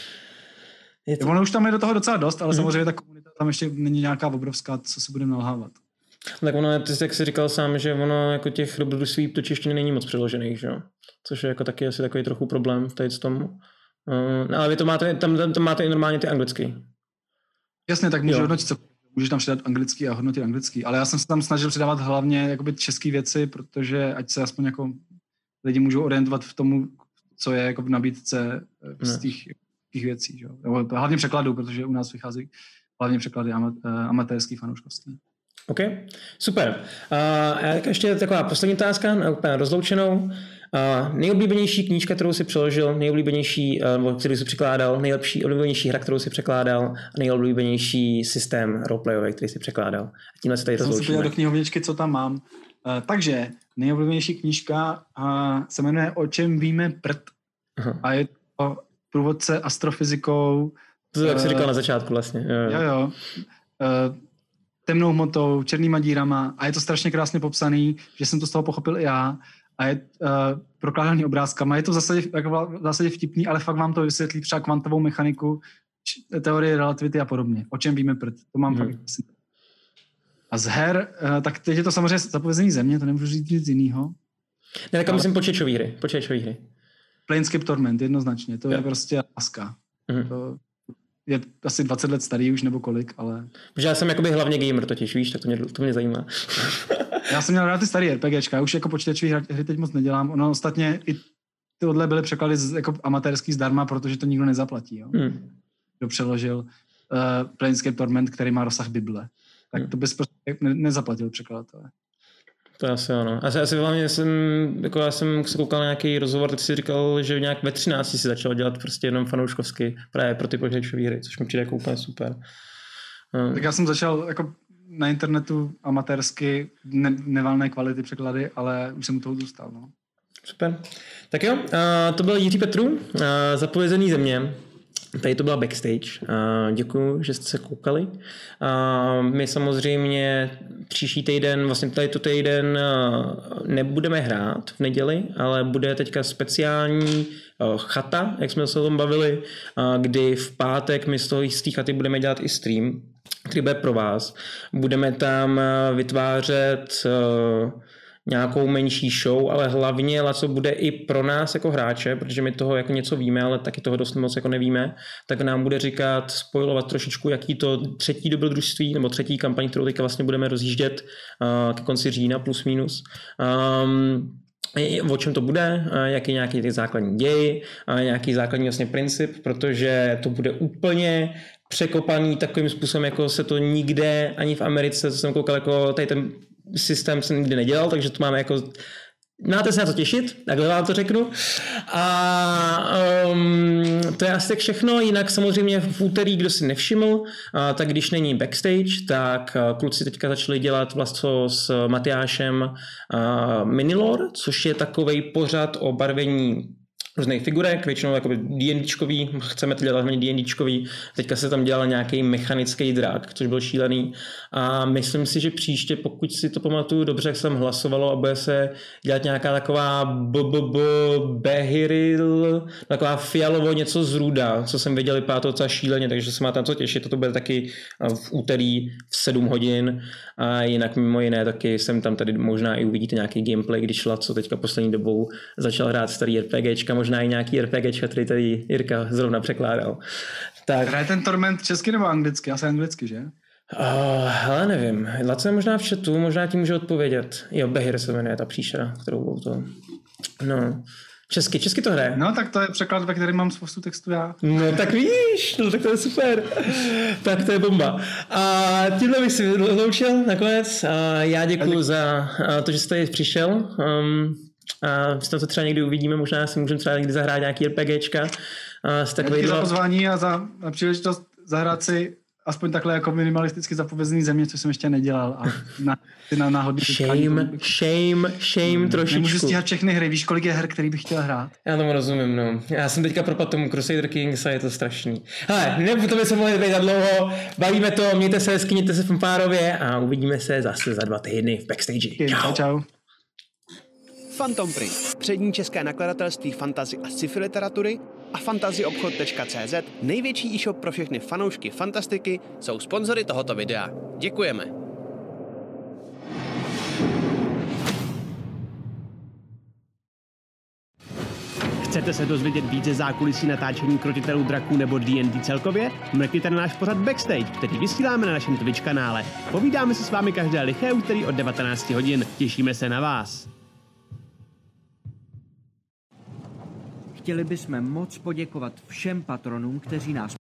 Ono už tam je do toho docela dost, ale samozřejmě ta komunita tam ještě není nějaká obrovská, co si budeme nalhávat. Tak ono, ty jsi, jak jsi říkal sám, že ono jako těch dobrodružství to češtině není moc přeložených, že jo? Což je jako taky asi takový trochu problém tady s tom. Ale vy to máte, tam máte i normálně ty anglicky. Jasně, tak můžu hodnotit, můžeš tam přidat anglický a hodnotit anglický, ale já jsem se tam snažil přidávat hlavně jakoby české věci, protože ať se aspoň jako lidi můžou orientovat v tomu, co je jako v nabídce z těch věcí. Že? Hlavně překladů, protože u nás vychází hlavně překlady amatérský, fanouškovský. OK, super. Ještě taková poslední otázka, na úplně rozloučenou. Nejoblíbenější knížka, kterou si přeložil, nejoblíbenější, kterou si překládal, oblíbenější hra, kterou si překládal a nejoblíbenější systém roleplayový, který si překládal. A tímhle se tady rozloučíme. Jsem si podíval do knihovničky, co tam mám. Takže nejoblíbenější knížka se jmenuje O čem víme prd. A je to průvodce astrofyzikou. To jak jsi říkal na začátku vlastně. Jo. Temnou hmotou, černýma dírama a je to strašně krásně popsaný, že jsem to z toho pochopil i já a je prokládaný obrázkama. Je to v zásadě vtipný, ale fakt vám to vysvětlí třeba kvantovou mechaniku, teorie relativity a podobně. O čem víme prd. To mám fakt. A z her, tak teď je to samozřejmě Zapovězený země, to nemůžu říct nic jinýho. Ne, tak myslím počítačové hry. Planescape Torment, jednoznačně. To je prostě láska. To je asi 20 let starý už, nebo kolik, ale... Protože já jsem jakoby hlavně gamer totiž, víš, tak to mě zajímá. Já jsem měl rád ty starý RPGčka, už jako počítačové hry teď moc nedělám. Ono ostatně i tyhle byly překlady jako amatérský zdarma, protože to nikdo nezaplatí. Jo? Kdo přeložil Planescape Torment, který má rozsah Bible. Tak to bys prostě nezaplatil překladatele. To asi ano. Asi hlavně já jsem se koukal na nějaký rozhovor, tak si říkal, že nějak ve 13 si začal dělat prostě jenom fanouškovsky právě pro ty počítačové hry, což mi přijde jako úplně super. Tak já jsem začal jako na internetu amatérsky, nevalné kvality překlady, ale už jsem u toho zůstal. No. Super. Tak jo, to byl Jiří Petru, Zapovězený země. Tady to byla Backstage. Děkuji, že jste se koukali. My samozřejmě příští týden, vlastně tady to týden nebudeme hrát v neděli, ale bude teďka speciální chata, jak jsme se o tom bavili, kdy v pátek my z té chaty budeme dělat i stream, který bude pro vás. Budeme tam vytvářet nějakou menší show, ale hlavně co bude i pro nás jako hráče, protože my toho jako něco víme, ale taky toho dost moc jako nevíme, tak nám bude říkat, spojovat trošičku, jaký to třetí dobrodružství nebo třetí kampaň, kterou teďka vlastně budeme rozjíždět ke konci října plus minus. O čem to bude, jaký nějaký ty základní děj, nějaký základní vlastně princip, protože to bude úplně překopaný takovým způsobem, jako se to nikde ani v Americe, co jsem koukal, jako tady ten systém se nikdy nedělal, takže to máme jako máte se na to těšit, takhle vám to řeknu. A to je asi tak všechno, jinak samozřejmě v úterý, kdo si nevšiml, tak když není backstage, tak kluci teďka začali dělat vlastně s Matyášem Minilore, což je takovej pořad o barvení různých figurek, většinou jakoby D&Dčkový, chceme to dělat hlavně D&Dčkový, teďka se tam dělal nějaký mechanický drak, což byl šílený a myslím si, že příště, pokud si to pamatuju dobře, jak jsem hlasovalo a bude se dělat nějaká taková behiril, taková fialovo něco z Ruda, co jsem viděl, vypadá to docela šíleně, takže se má tam co těšit, to bude taky v úterý v 7 hodin a jinak mimo jiné taky jsem tam tady možná i uvidíte nějaký gameplay, když Laco teďka poslední dobou začal hrát starý RPGčka, možná i nějaký RPGčka, který tady Jirka zrovna překládal. Tak. Hraje ten Torment česky nebo anglicky? Asi anglicky, že? Hele, nevím. Laco je možná v chatu, možná ti může odpovědět. Jo, Behir se jmenuje ta příšera, kterou to... No... Česky to hraje. No, tak to je překlad, ve kterém mám spoustu textu já. No, tak víš, no tak to je super. Tak to je bomba. A tímhle bych si loučil nakonec. Já děkuju za to, že jste tady přišel. A si to třeba někdy uvidíme, možná si můžeme třeba někdy zahrát nějaký RPGčka. Díky za pozvání a za příležitost zahrát si aspoň takhle jako minimalisticky zapovězený země, co jsem ještě nedělal. A na náhodný shame trošičku. Nemůžu stíhat všechny hry, víš, kolik je her, který bych chtěl hrát? Já tomu rozumím, no. Já jsem teďka propadl tomu Crusader Kings a je to strašný. Hele, to by se mohli být za dlouho, bavíme to, mějte se hezky, mějte se fanfárově a uvidíme se zase za 2 týdny v backstage. Čau. Phantom Print, přední české nakladatelství fantasy a sci-fi literatury a fantazyobchod.cz, největší e-shop pro všechny fanoušky fantastiky, jsou sponzory tohoto videa. Děkujeme. Chcete se dozvědět více zákulisí natáčení Krotitelů draků nebo D&D celkově? Mrkněte na náš pořad Backstage, který vysíláme na našem Twitch kanále. Povídáme se s vámi každé liché úterý od 19 hodin. Těšíme se na vás. Chtěli bychom moc poděkovat všem patronům, kteří nás